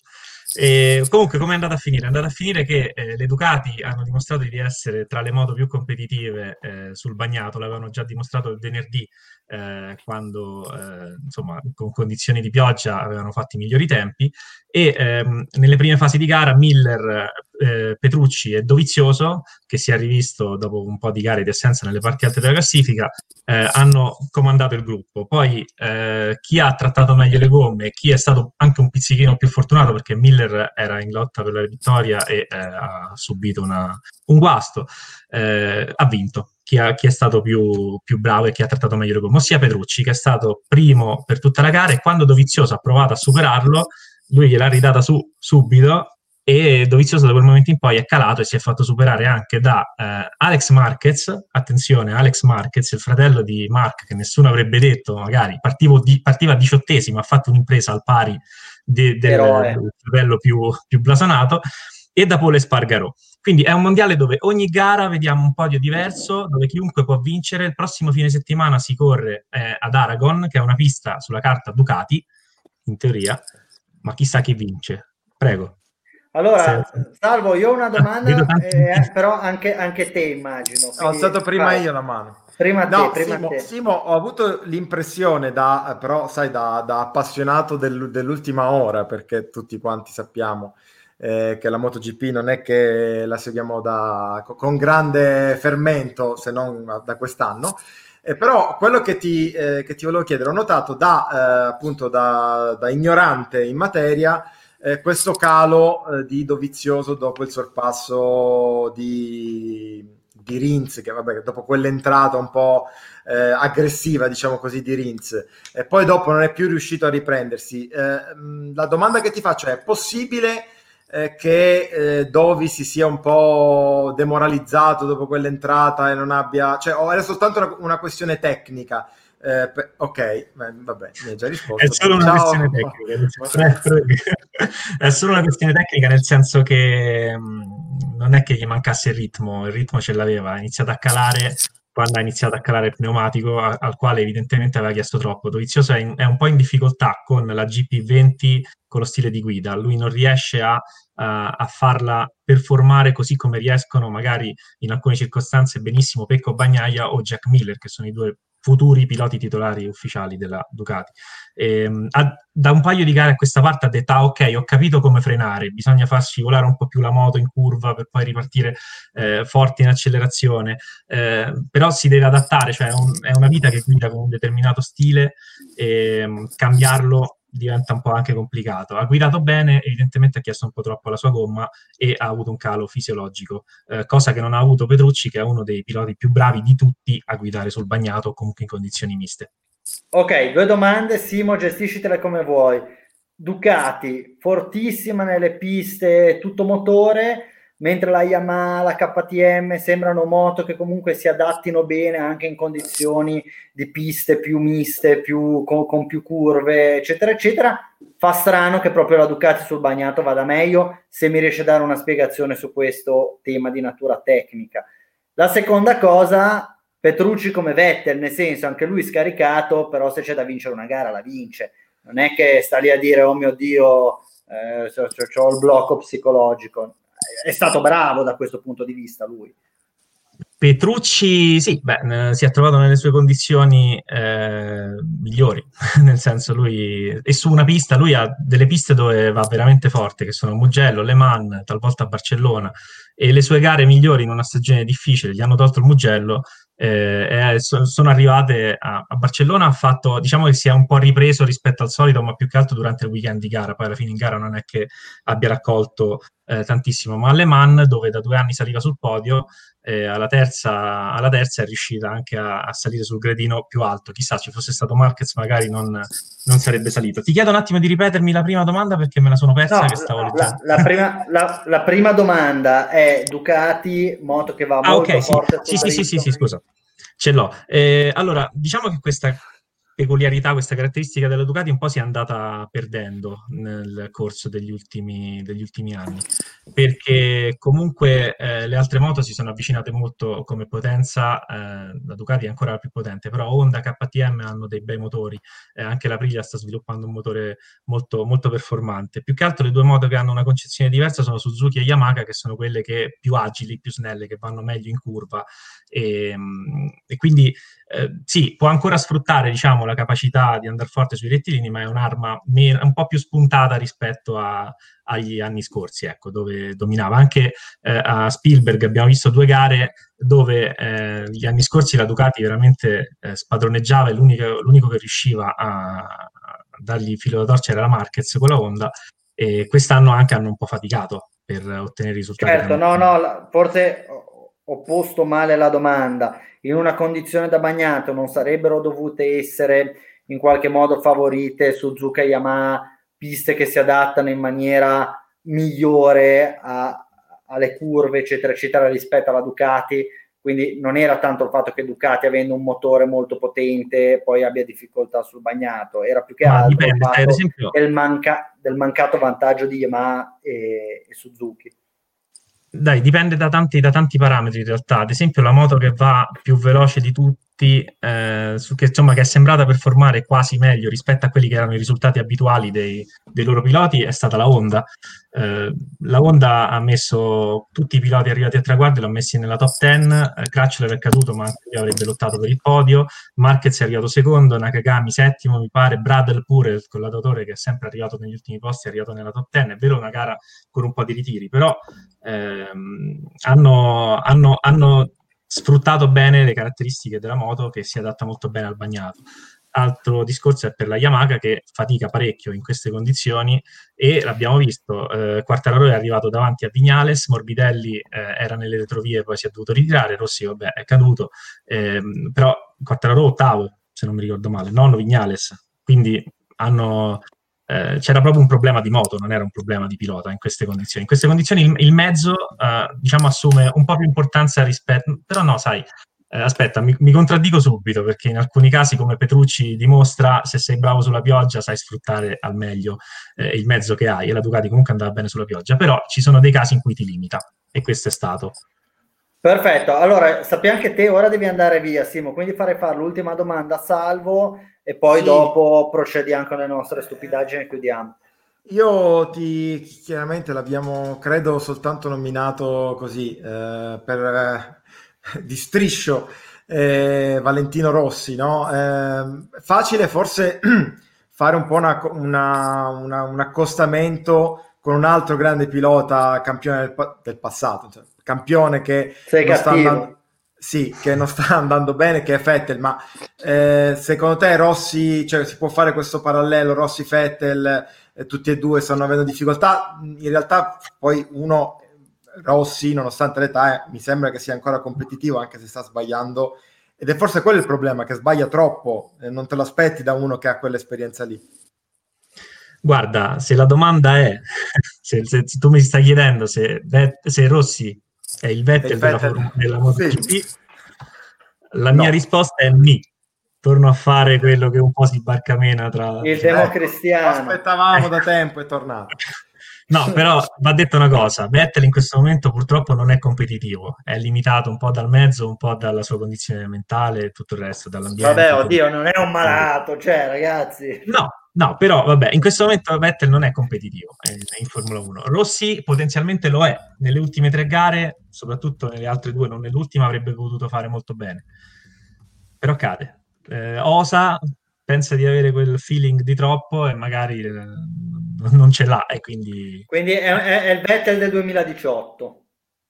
E comunque, come è andata a finire? È andata a finire che eh, le Ducati hanno dimostrato di essere tra le moto più competitive eh, sul bagnato, l'avevano già dimostrato il venerdì, eh, quando eh, insomma con condizioni di pioggia avevano fatto i migliori tempi e ehm, nelle prime fasi di gara Miller, eh, Petrucci e Dovizioso, che si è rivisto dopo un po' di gare di assenza nelle parti alte della classifica, eh, hanno comandato il gruppo. Poi eh, chi ha trattato meglio le gomme e chi è stato anche un pizzichino più fortunato, perché Miller era in lotta per la vittoria e eh, ha subito una, un guasto, eh, ha vinto. Chi, ha, chi è stato più, più bravo e chi ha trattato meglio le gomme, ossia Petrucci, che è stato primo per tutta la gara, e quando Dovizioso ha provato a superarlo lui gliel'ha ridata su subito e Dovizioso da quel momento in poi è calato e si è fatto superare anche da eh, Alex Marquez. Attenzione, Alex Marquez, il fratello di Marc, che nessuno avrebbe detto, magari partivo di, partiva diciottesimo, ha fatto un'impresa al pari de, del, del fratello più, più blasonato, e da Pole Espargaró. Quindi è un mondiale dove ogni gara vediamo un podio diverso, dove chiunque può vincere. Il prossimo fine settimana si corre eh, ad Aragon, che è una pista sulla carta Ducati, in teoria, ma chissà chi vince. Prego. Allora, Se... Salvo, io ho una domanda, eh, però anche, anche te immagino. Ho alzato prima vai. io la mano. Prima te, no, prima Simo, te. Simo, ho avuto l'impressione, da, però sai, da, da appassionato del, dell'ultima ora, perché tutti quanti sappiamo eh, che la MotoGP non è che la seguiamo da, con grande fermento, se non da quest'anno. Eh, però quello che ti, eh, che ti volevo chiedere, ho notato da, eh, appunto da, da ignorante in materia eh, questo calo eh, di Dovizioso dopo il sorpasso di, di Rins, che vabbè, dopo quell'entrata un po' eh, aggressiva, diciamo così, di Rins, e poi dopo non è più riuscito a riprendersi. Eh, la domanda che ti faccio è: è possibile Eh, che eh, Dovi si sia un po' demoralizzato dopo quell'entrata e non abbia, cioè, o era soltanto una, una questione tecnica? Eh, per... ok, vabbè, mi hai già risposto. È solo una Ciao. questione tecnica. È solo una questione tecnica, nel senso che mh, non è che gli mancasse il ritmo, il ritmo ce l'aveva, ha iniziato a calare quando ha iniziato a calare il pneumatico, a, al quale evidentemente aveva chiesto troppo. Dovizioso è, in, è un po' in difficoltà con la G P venti, con lo stile di guida. Lui non riesce a, a, a farla performare così come riescono magari in alcune circostanze benissimo Pecco Bagnaia o Jack Miller, che sono i due futuri piloti titolari ufficiali della Ducati. E, a, da un paio di gare a questa parte ha detto: ah, ok, ho capito come frenare, bisogna far scivolare un po' più la moto in curva per poi ripartire eh, forti in accelerazione, eh, però si deve adattare, cioè è, un, è una vita che guida con un determinato stile e um, cambiarlo diventa un po' anche complicato. Ha guidato bene, evidentemente ha chiesto un po' troppo alla sua gomma e ha avuto un calo fisiologico, eh, cosa che non ha avuto Petrucci, che è uno dei piloti più bravi di tutti a guidare sul bagnato o comunque in condizioni miste. Ok, due domande, Simo, gestiscitele come vuoi. Ducati, fortissima nelle piste, tutto motore, mentre la Yamaha, la K T M sembrano moto che comunque si adattino bene anche in condizioni di piste più miste, più, con, con più curve, eccetera, eccetera. Fa strano che proprio la Ducati sul bagnato vada meglio, se mi riesce a dare una spiegazione su questo tema di natura tecnica. La seconda cosa, Petrucci come Vettel, nel senso anche lui scaricato, però se c'è da vincere una gara la vince. Non è che sta lì a dire oh mio Dio, eh, ho il blocco psicologico. È stato bravo da questo punto di vista lui. Petrucci sì, beh, si è trovato nelle sue condizioni eh, migliori, nel senso lui, e su una pista, lui ha delle piste dove va veramente forte, che sono Mugello, Le Mans, talvolta Barcellona, e le sue gare migliori in una stagione difficile, gli hanno tolto il Mugello, eh, e so, sono arrivate a, a Barcellona, ha fatto, diciamo che si è un po' ripreso rispetto al solito, ma più che altro durante il weekend di gara, poi alla fine in gara non è che abbia raccolto eh, tantissimo, ma a Le Mans, dove da due anni saliva sul podio, Eh, alla, terza, alla terza è riuscita anche a, a salire sul gradino più alto. Chissà, ci fosse stato Marquez magari non, non sarebbe salito. Ti chiedo un attimo di ripetermi la prima domanda perché me la sono persa, no, che stavo la, leggendo. La, la, prima, la, la prima domanda è Ducati, moto che va ah, molto okay, forte. Sì, sì, sì, sì, sì, scusa, ce l'ho. Eh, allora, diciamo che questa peculiarità, questa caratteristica della Ducati un po' si è andata perdendo nel corso degli ultimi, degli ultimi anni, perché comunque eh, le altre moto si sono avvicinate molto come potenza, eh, la Ducati è ancora la più potente, però Honda, K T M hanno dei bei motori, eh, anche la Aprilia sta sviluppando un motore molto, molto performante. Più che altro le due moto che hanno una concezione diversa sono Suzuki e Yamaha, che sono quelle che più agili, più snelle, che vanno meglio in curva, e, e quindi eh, sì, può ancora sfruttare, diciamo, la capacità di andare forte sui rettilini, ma è un'arma me- un po' più spuntata rispetto a, agli anni scorsi, ecco, dove dominava. Anche eh, a Spielberg abbiamo visto due gare dove eh, gli anni scorsi la Ducati veramente eh, spadroneggiava e l'unico, l'unico che riusciva a, a dargli filo da torcere era la Marquez con la Honda, e quest'anno anche hanno un po' faticato per ottenere risultati. Certo, no, no, forse ho posto male la domanda. In una condizione da bagnato non sarebbero dovute essere in qualche modo favorite Suzuka e Yamaha, piste che si adattano in maniera migliore a, alle curve, eccetera, eccetera, rispetto alla Ducati? Quindi non era tanto il fatto che Ducati, avendo un motore molto potente, poi abbia difficoltà sul bagnato, era più che Ma altro dipende, il fatto ad esempio, del, manca, del mancato vantaggio di Yamaha e, e Suzuki. Dai, dipende da tanti, da tanti parametri in realtà. Ad esempio, la moto che va più veloce di tutti, eh, su che, insomma, che è sembrata performare quasi meglio rispetto a quelli che erano i risultati abituali dei, dei loro piloti, è stata la Honda. Eh, la Honda ha messo tutti i piloti arrivati al traguardo, li ha messi nella top dieci. Eh, Crutchlow è caduto, ma anche lui avrebbe lottato per il podio. Marquez è arrivato secondo, Nakagami settimo, mi pare. Bradl pure, il collaudatore che è sempre arrivato negli ultimi posti, è arrivato nella top dieci. È vero, una gara con un po' di ritiri, però Ehm, hanno, hanno, hanno sfruttato bene le caratteristiche della moto, che si adatta molto bene al bagnato. Altro discorso è per la Yamaha, che fatica parecchio in queste condizioni, e l'abbiamo visto, eh, Quartararo è arrivato davanti a Viñales, Morbidelli eh, era nelle retrovie, poi si è dovuto ritirare, Rossi vabbè è caduto, ehm, però Quartararo ottavo, se non mi ricordo male, nono Viñales, quindi hanno Eh, c'era proprio un problema di moto, non era un problema di pilota in queste condizioni. In queste condizioni il, il mezzo, eh, diciamo, assume un po' più importanza rispetto... Però no, sai, eh, aspetta, mi, mi contraddico subito, perché in alcuni casi, come Petrucci dimostra, se sei bravo sulla pioggia sai sfruttare al meglio eh, il mezzo che hai, e la Ducati comunque andava bene sulla pioggia, però ci sono dei casi in cui ti limita, e questo è stato. Perfetto, allora sappiamo che te ora devi andare via, Simo, quindi farei fare l'ultima domanda a Salvo e poi sì, dopo procediamo con le nostre stupidaggini e chiudiamo. Io ti chiaramente l'abbiamo credo soltanto nominato così eh, per eh, di striscio eh, Valentino Rossi, no? Eh, facile forse fare un po' una, una, una, un accostamento con un altro grande pilota campione del, del passato, cioè, campione che Sei non sta, andando, Sì, che non sta andando bene, che è Vettel, ma eh, secondo te Rossi, cioè si può fare questo parallelo, Rossi-Vettel, eh, tutti e due stanno avendo difficoltà, in realtà poi uno, Rossi, nonostante l'età, eh, mi sembra che sia ancora competitivo, anche se sta sbagliando, ed è forse quello il problema, che sbaglia troppo, eh, non te lo aspetti da uno che ha quell'esperienza lì. Guarda, se la domanda è, se, se- se tu mi stai chiedendo se, Vet- se Rossi è il Vettel, E il della, Vettel- Form- della sì. MotoGP, la No. mia risposta è ni. Torno a fare quello che un po' si barcamena tra... Il tra- democristiano. Aspettavamo da tempo, è tornato. No, però va detto una cosa, Vettel in questo momento purtroppo non è competitivo, è limitato un po' dal mezzo, un po' dalla sua condizione mentale e tutto il resto, dall'ambiente. Vabbè, oddio, non è un malato, cioè, ragazzi. No, no, però vabbè, in questo momento Vettel non è competitivo è in Formula uno. Rossi potenzialmente lo è, nelle ultime tre gare, soprattutto nelle altre due, non nell'ultima, avrebbe potuto fare molto bene. Però cade. Eh, osa, pensa di avere quel feeling di troppo e magari eh, non ce l'ha e quindi... Quindi è, è- è il Vettel del duemiladiciotto.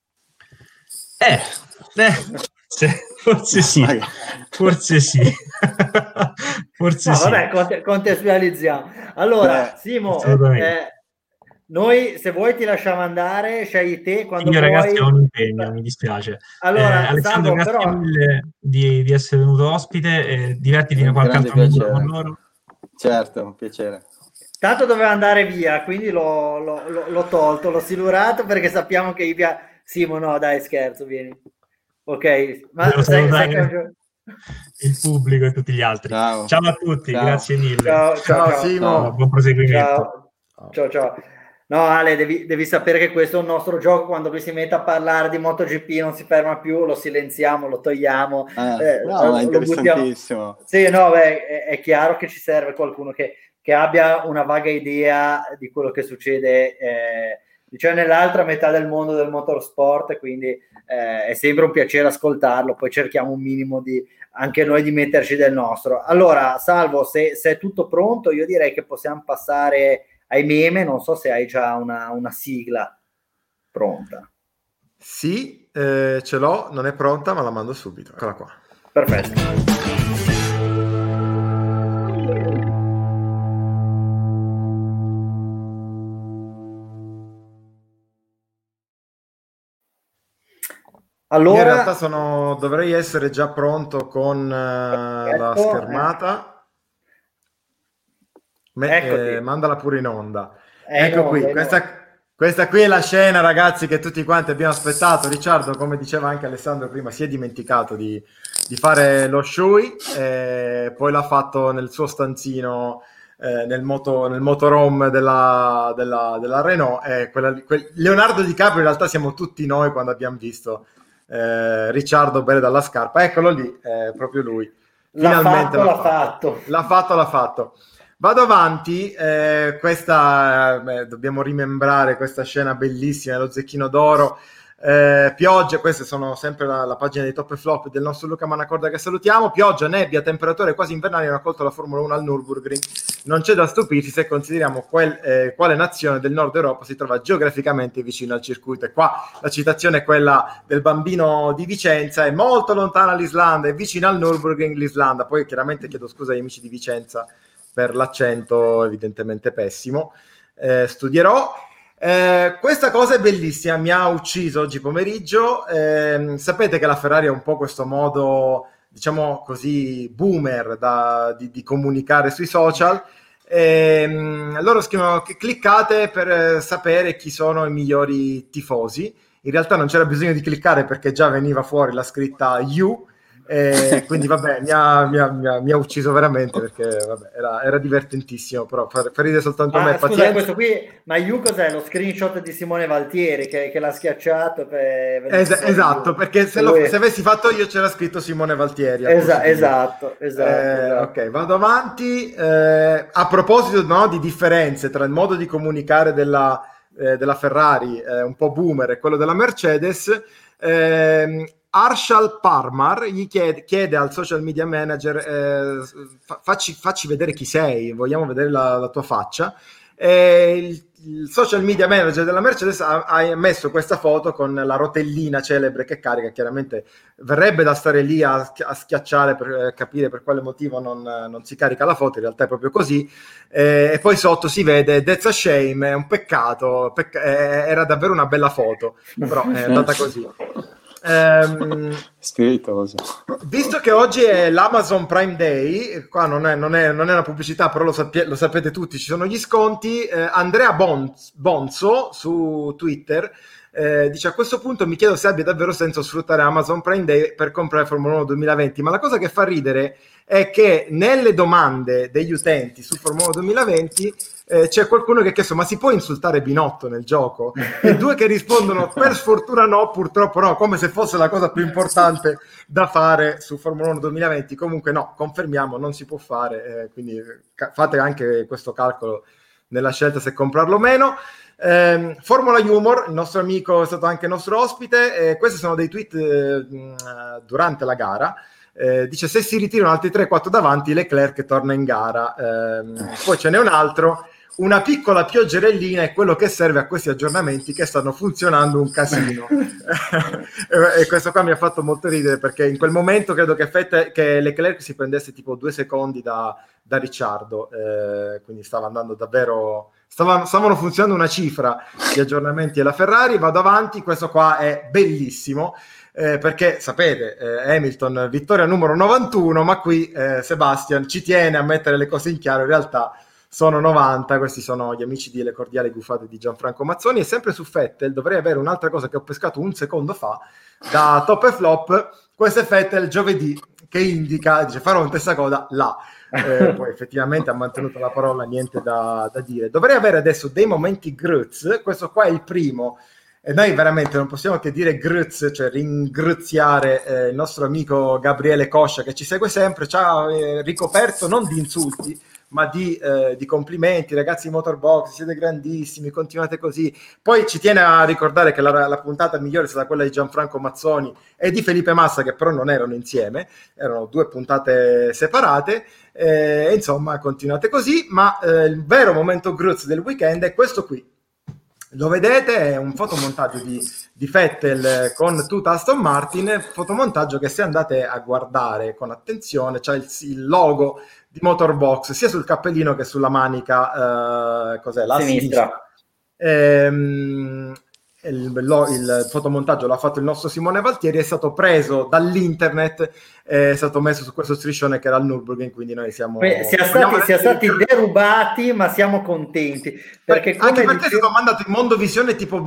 Eh, eh, se- forse sì, Magari. forse sì, forse No, sì. vabbè, conte- contestualizziamo. Allora, Beh, Simo, assolutamente. eh, noi se vuoi ti lasciamo andare, scegli te quando Io ragazzi vuoi. ho un impegno, mi dispiace. Eh, Allora, Alessandro, Salvo, grazie però, mille di, di essere venuto ospite e divertiti un qualche grande altro minuto con piacere. loro. Certo, un piacere. tanto doveva andare via, quindi l'ho, l'ho- l'ho- l'ho tolto, l'ho silurato perché sappiamo che gli piace. Simo, no, dai, scherzo, vieni. Ok, ma Devo sai, sai salutare che è un gioco. il pubblico e tutti gli altri. Ciao. Ciao a tutti, Ciao. grazie mille. Ciao, ciao, Ciao, ciao. Simo. Ciao, buon proseguimento. Ciao, ciao, ciao. No, Ale, devi, devi sapere che questo è un nostro gioco. Quando lui si mette a parlare di MotoGP non si ferma più, lo silenziamo, lo togliamo, Eh, eh, no, ma è lo buttiamo. interessantissimo. Sì, no, beh, è, è chiaro che ci serve qualcuno che, che abbia una vaga idea di quello che succede, eh, diciamo, nell'altra metà del mondo del motorsport, quindi eh, è sempre un piacere ascoltarlo. Poi cerchiamo un minimo di anche noi di metterci del nostro. Allora, Salvo, se, se è tutto pronto, io direi che possiamo passare ai meme. Non so se hai già una, una sigla pronta. Sì, eh, ce l'ho, non è pronta, ma la mando subito. Eccola qua. Perfetto. Allora, Io in realtà sono, dovrei essere già pronto con eh, la Perfetto, schermata. Me- Eccoti. eh, mandala pure in onda. È in Ecco onda, qui, è in questa, questa qui è la scena, ragazzi, che tutti quanti abbiamo aspettato. Ricciardo, come diceva anche Alessandro prima, si è dimenticato di, di fare lo shui, eh, poi l'ha fatto nel suo stanzino, eh, nel, moto, nel motorhome della, della, della Renault. Eh, quella, quel, Leonardo DiCaprio in realtà siamo tutti noi quando abbiamo visto eh, Ricciardo bere dalla scarpa. Eccolo lì, eh, proprio lui. L'ha Finalmente fatto, l'ha l'ha fatto. L'ha fatto, l'ha fatto. Vado avanti, eh, questa, beh, dobbiamo rimembrare questa scena bellissima, lo zecchino d'oro, eh, pioggia, queste sono sempre la, la pagina dei top e flop del nostro Luca Manacorda che salutiamo, pioggia, nebbia, temperature quasi invernali hanno accolto la Formula uno al Nürburgring, non c'è da stupirsi se consideriamo quel, eh, quale nazione del nord Europa si trova geograficamente vicino al circuito, e qua la citazione è quella del bambino di Vicenza, è molto lontana l'Islanda, è vicino al Nürburgring l'Islanda, poi chiaramente chiedo scusa agli amici di Vicenza per l'accento evidentemente pessimo, eh, studierò. Eh, questa cosa è bellissima, mi ha ucciso oggi pomeriggio. Eh, sapete che la Ferrari ha un po' questo modo, diciamo così, boomer da, di, di comunicare sui social. Eh, loro scrivono che cliccate per sapere chi sono i migliori tifosi. In realtà non c'era bisogno di cliccare perché già veniva fuori la scritta You. Eh, quindi vabbè, mi ha, mi, ha, mi, ha, mi ha ucciso veramente perché vabbè, era, era divertentissimo, però fa, fa ridere soltanto Ma a me. scusa, Pazienza. questo qui, ma Yu cos'è? Lo screenshot di Simone Valtieri che, che l'ha schiacciato per... Es- esatto, perché se, lo, se avessi fatto io c'era scritto Simone Valtieri. Esa- esatto, esatto, eh, esatto. Ok, vado avanti. Eh, a proposito, no, di differenze tra il modo di comunicare della, eh, della Ferrari, eh, un po' boomer, e quello della Mercedes, eh, Arshal Parmar gli chiede, chiede al social media manager eh, fa, facci, facci vedere chi sei, vogliamo vedere la, la tua faccia. Eh, il, il social media manager della Mercedes ha, ha messo questa foto con la rotellina celebre che carica. Chiaramente verrebbe da stare lì a, a schiacciare per eh, capire per quale motivo non, non si carica la foto, in realtà è proprio così, eh, e poi sotto si vede "That's a shame", è un peccato, pecca- eh, era davvero una bella foto, però è andata così. Um, spiritoso. Visto che oggi è l'Amazon Prime Day, qua non è, non è, non è una pubblicità, però lo, sappie, lo sapete tutti, ci sono gli sconti. eh, Andrea Bonz, Bonzo su Twitter eh, dice: a questo punto mi chiedo se abbia davvero senso sfruttare Amazon Prime Day per comprare Formula uno duemilaventi. Ma la cosa che fa ridere è che nelle domande degli utenti su Formula uno duemilaventi eh, c'è qualcuno che ha chiesto: ma si può insultare Binotto nel gioco? E due che rispondono: per sfortuna no, purtroppo no, come se fosse la cosa più importante da fare su Formula uno duemilaventi. Comunque no, confermiamo, non si può fare, eh, quindi ca- fate anche questo calcolo nella scelta se comprarlo o meno. Eh, Formula Humor, il nostro amico è stato anche nostro ospite, eh, questi sono dei tweet eh, durante la gara. Eh, dice: se si ritirano altri tre quattro davanti, Leclerc torna in gara. Eh, poi ce n'è un altro: una piccola pioggerellina è quello che serve a questi aggiornamenti che stanno funzionando un casino. E questo qua mi ha fatto molto ridere, perché in quel momento credo che, Fette, che Leclerc si prendesse tipo due secondi da, da Ricciardo, eh, quindi stava andando davvero, stava, stavano funzionando una cifra gli aggiornamenti alla Ferrari. Vado avanti, questo qua è bellissimo. Eh, perché sapete, eh, Hamilton vittoria numero novantuno, ma qui eh, Sebastian ci tiene a mettere le cose in chiaro. In realtà sono novanta, questi sono gli amici di Le Cordiali Gufate di Gianfranco Mazzoni. E sempre su Vettel dovrei avere un'altra cosa che ho pescato un secondo fa da Top e Flop. Questo è Vettel giovedì che indica, dice: farò un testacoda là. Eh, poi effettivamente ha mantenuto la parola, niente da, da dire. Dovrei avere adesso dei momenti Gruz, questo qua è il primo. E noi veramente non possiamo che dire gruz, cioè ringraziare eh, il nostro amico Gabriele Coscia, che ci segue sempre, ci ha eh, ricoperto non di insulti ma di, eh, di complimenti. Ragazzi di Motorbox, siete grandissimi, continuate così. Poi ci tiene a ricordare che la, la puntata migliore è stata quella di Gianfranco Mazzoni e di Felipe Massa, che però non erano insieme, erano due puntate separate. Eh, insomma, continuate così. Ma eh, il vero momento gruz del weekend è questo qui. Lo vedete, è un fotomontaggio di, di Vettel con tutta Aston Martin, fotomontaggio che se andate a guardare con attenzione c'è il, il logo di Motorbox sia sul cappellino che sulla manica, eh, cos'è? La sinistra. sinistra. Ehm, il, lo, il fotomontaggio l'ha fatto il nostro Simone Valtieri, è stato preso dall'internet, è stato messo su questo striscione che era al Nürburgring, quindi noi siamo sia stati, sia stati derubati, ma siamo contenti perché come anche perché dicevo... è stato mandato in Mondovisione tipo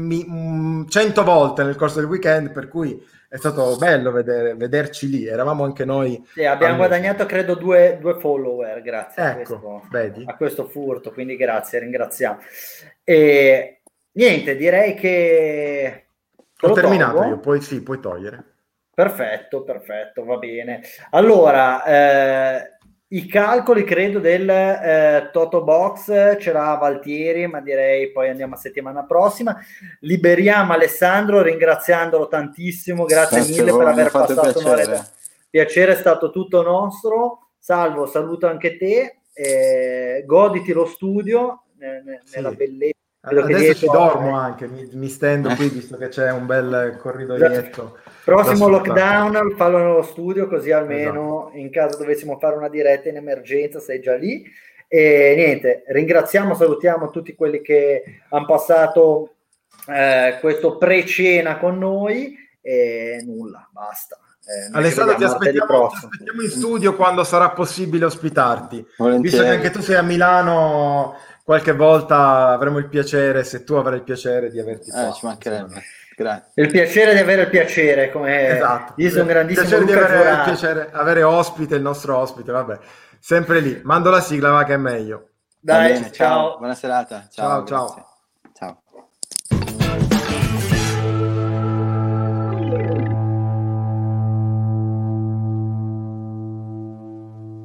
cento volte nel corso del weekend, per cui è stato bello vedere, vederci lì, eravamo anche noi. Sì, abbiamo guadagnato credo due, due follower grazie ecco, a, questo, vedi? a questo furto, quindi grazie, ringraziamo. E niente, direi che ho terminato io, poi sì, puoi togliere. Perfetto, perfetto, va bene. Allora, eh, i calcoli credo del eh, Toto Box ce l'ha Valtieri, ma direi poi andiamo a settimana prossima. Liberiamo Alessandro ringraziandolo tantissimo, grazie, grazie mille per aver passato un'ora. Piacere è stato tutto nostro. Salvo, saluto anche te, eh, goditi lo studio ne, ne, sì. nella bellezza. Adesso ci dormo anche, mi, mi stendo qui visto che c'è un bel corridoietto. Prossimo lockdown fallo nello studio, così almeno esatto. In caso dovessimo fare una diretta in emergenza sei già lì. E niente, ringraziamo, salutiamo tutti quelli che hanno passato eh, questo pre-cena con noi e nulla, basta. Eh, Alessandro, ti aspettiamo, ti aspettiamo in studio quando sarà possibile ospitarti. Volentieri. Visto che anche tu sei a Milano, qualche volta avremo il piacere, se tu avrai il piacere di averti eh, ci mancherebbe. Grazie. Il piacere di avere il piacere, come esatto. Io sono un grandissimo piacere di avere il piacere, avere ospite, il nostro ospite, vabbè, sempre lì. Mando la sigla, va che è meglio. Dai, bene, ciao. Buona serata. Ciao, ciao. ciao.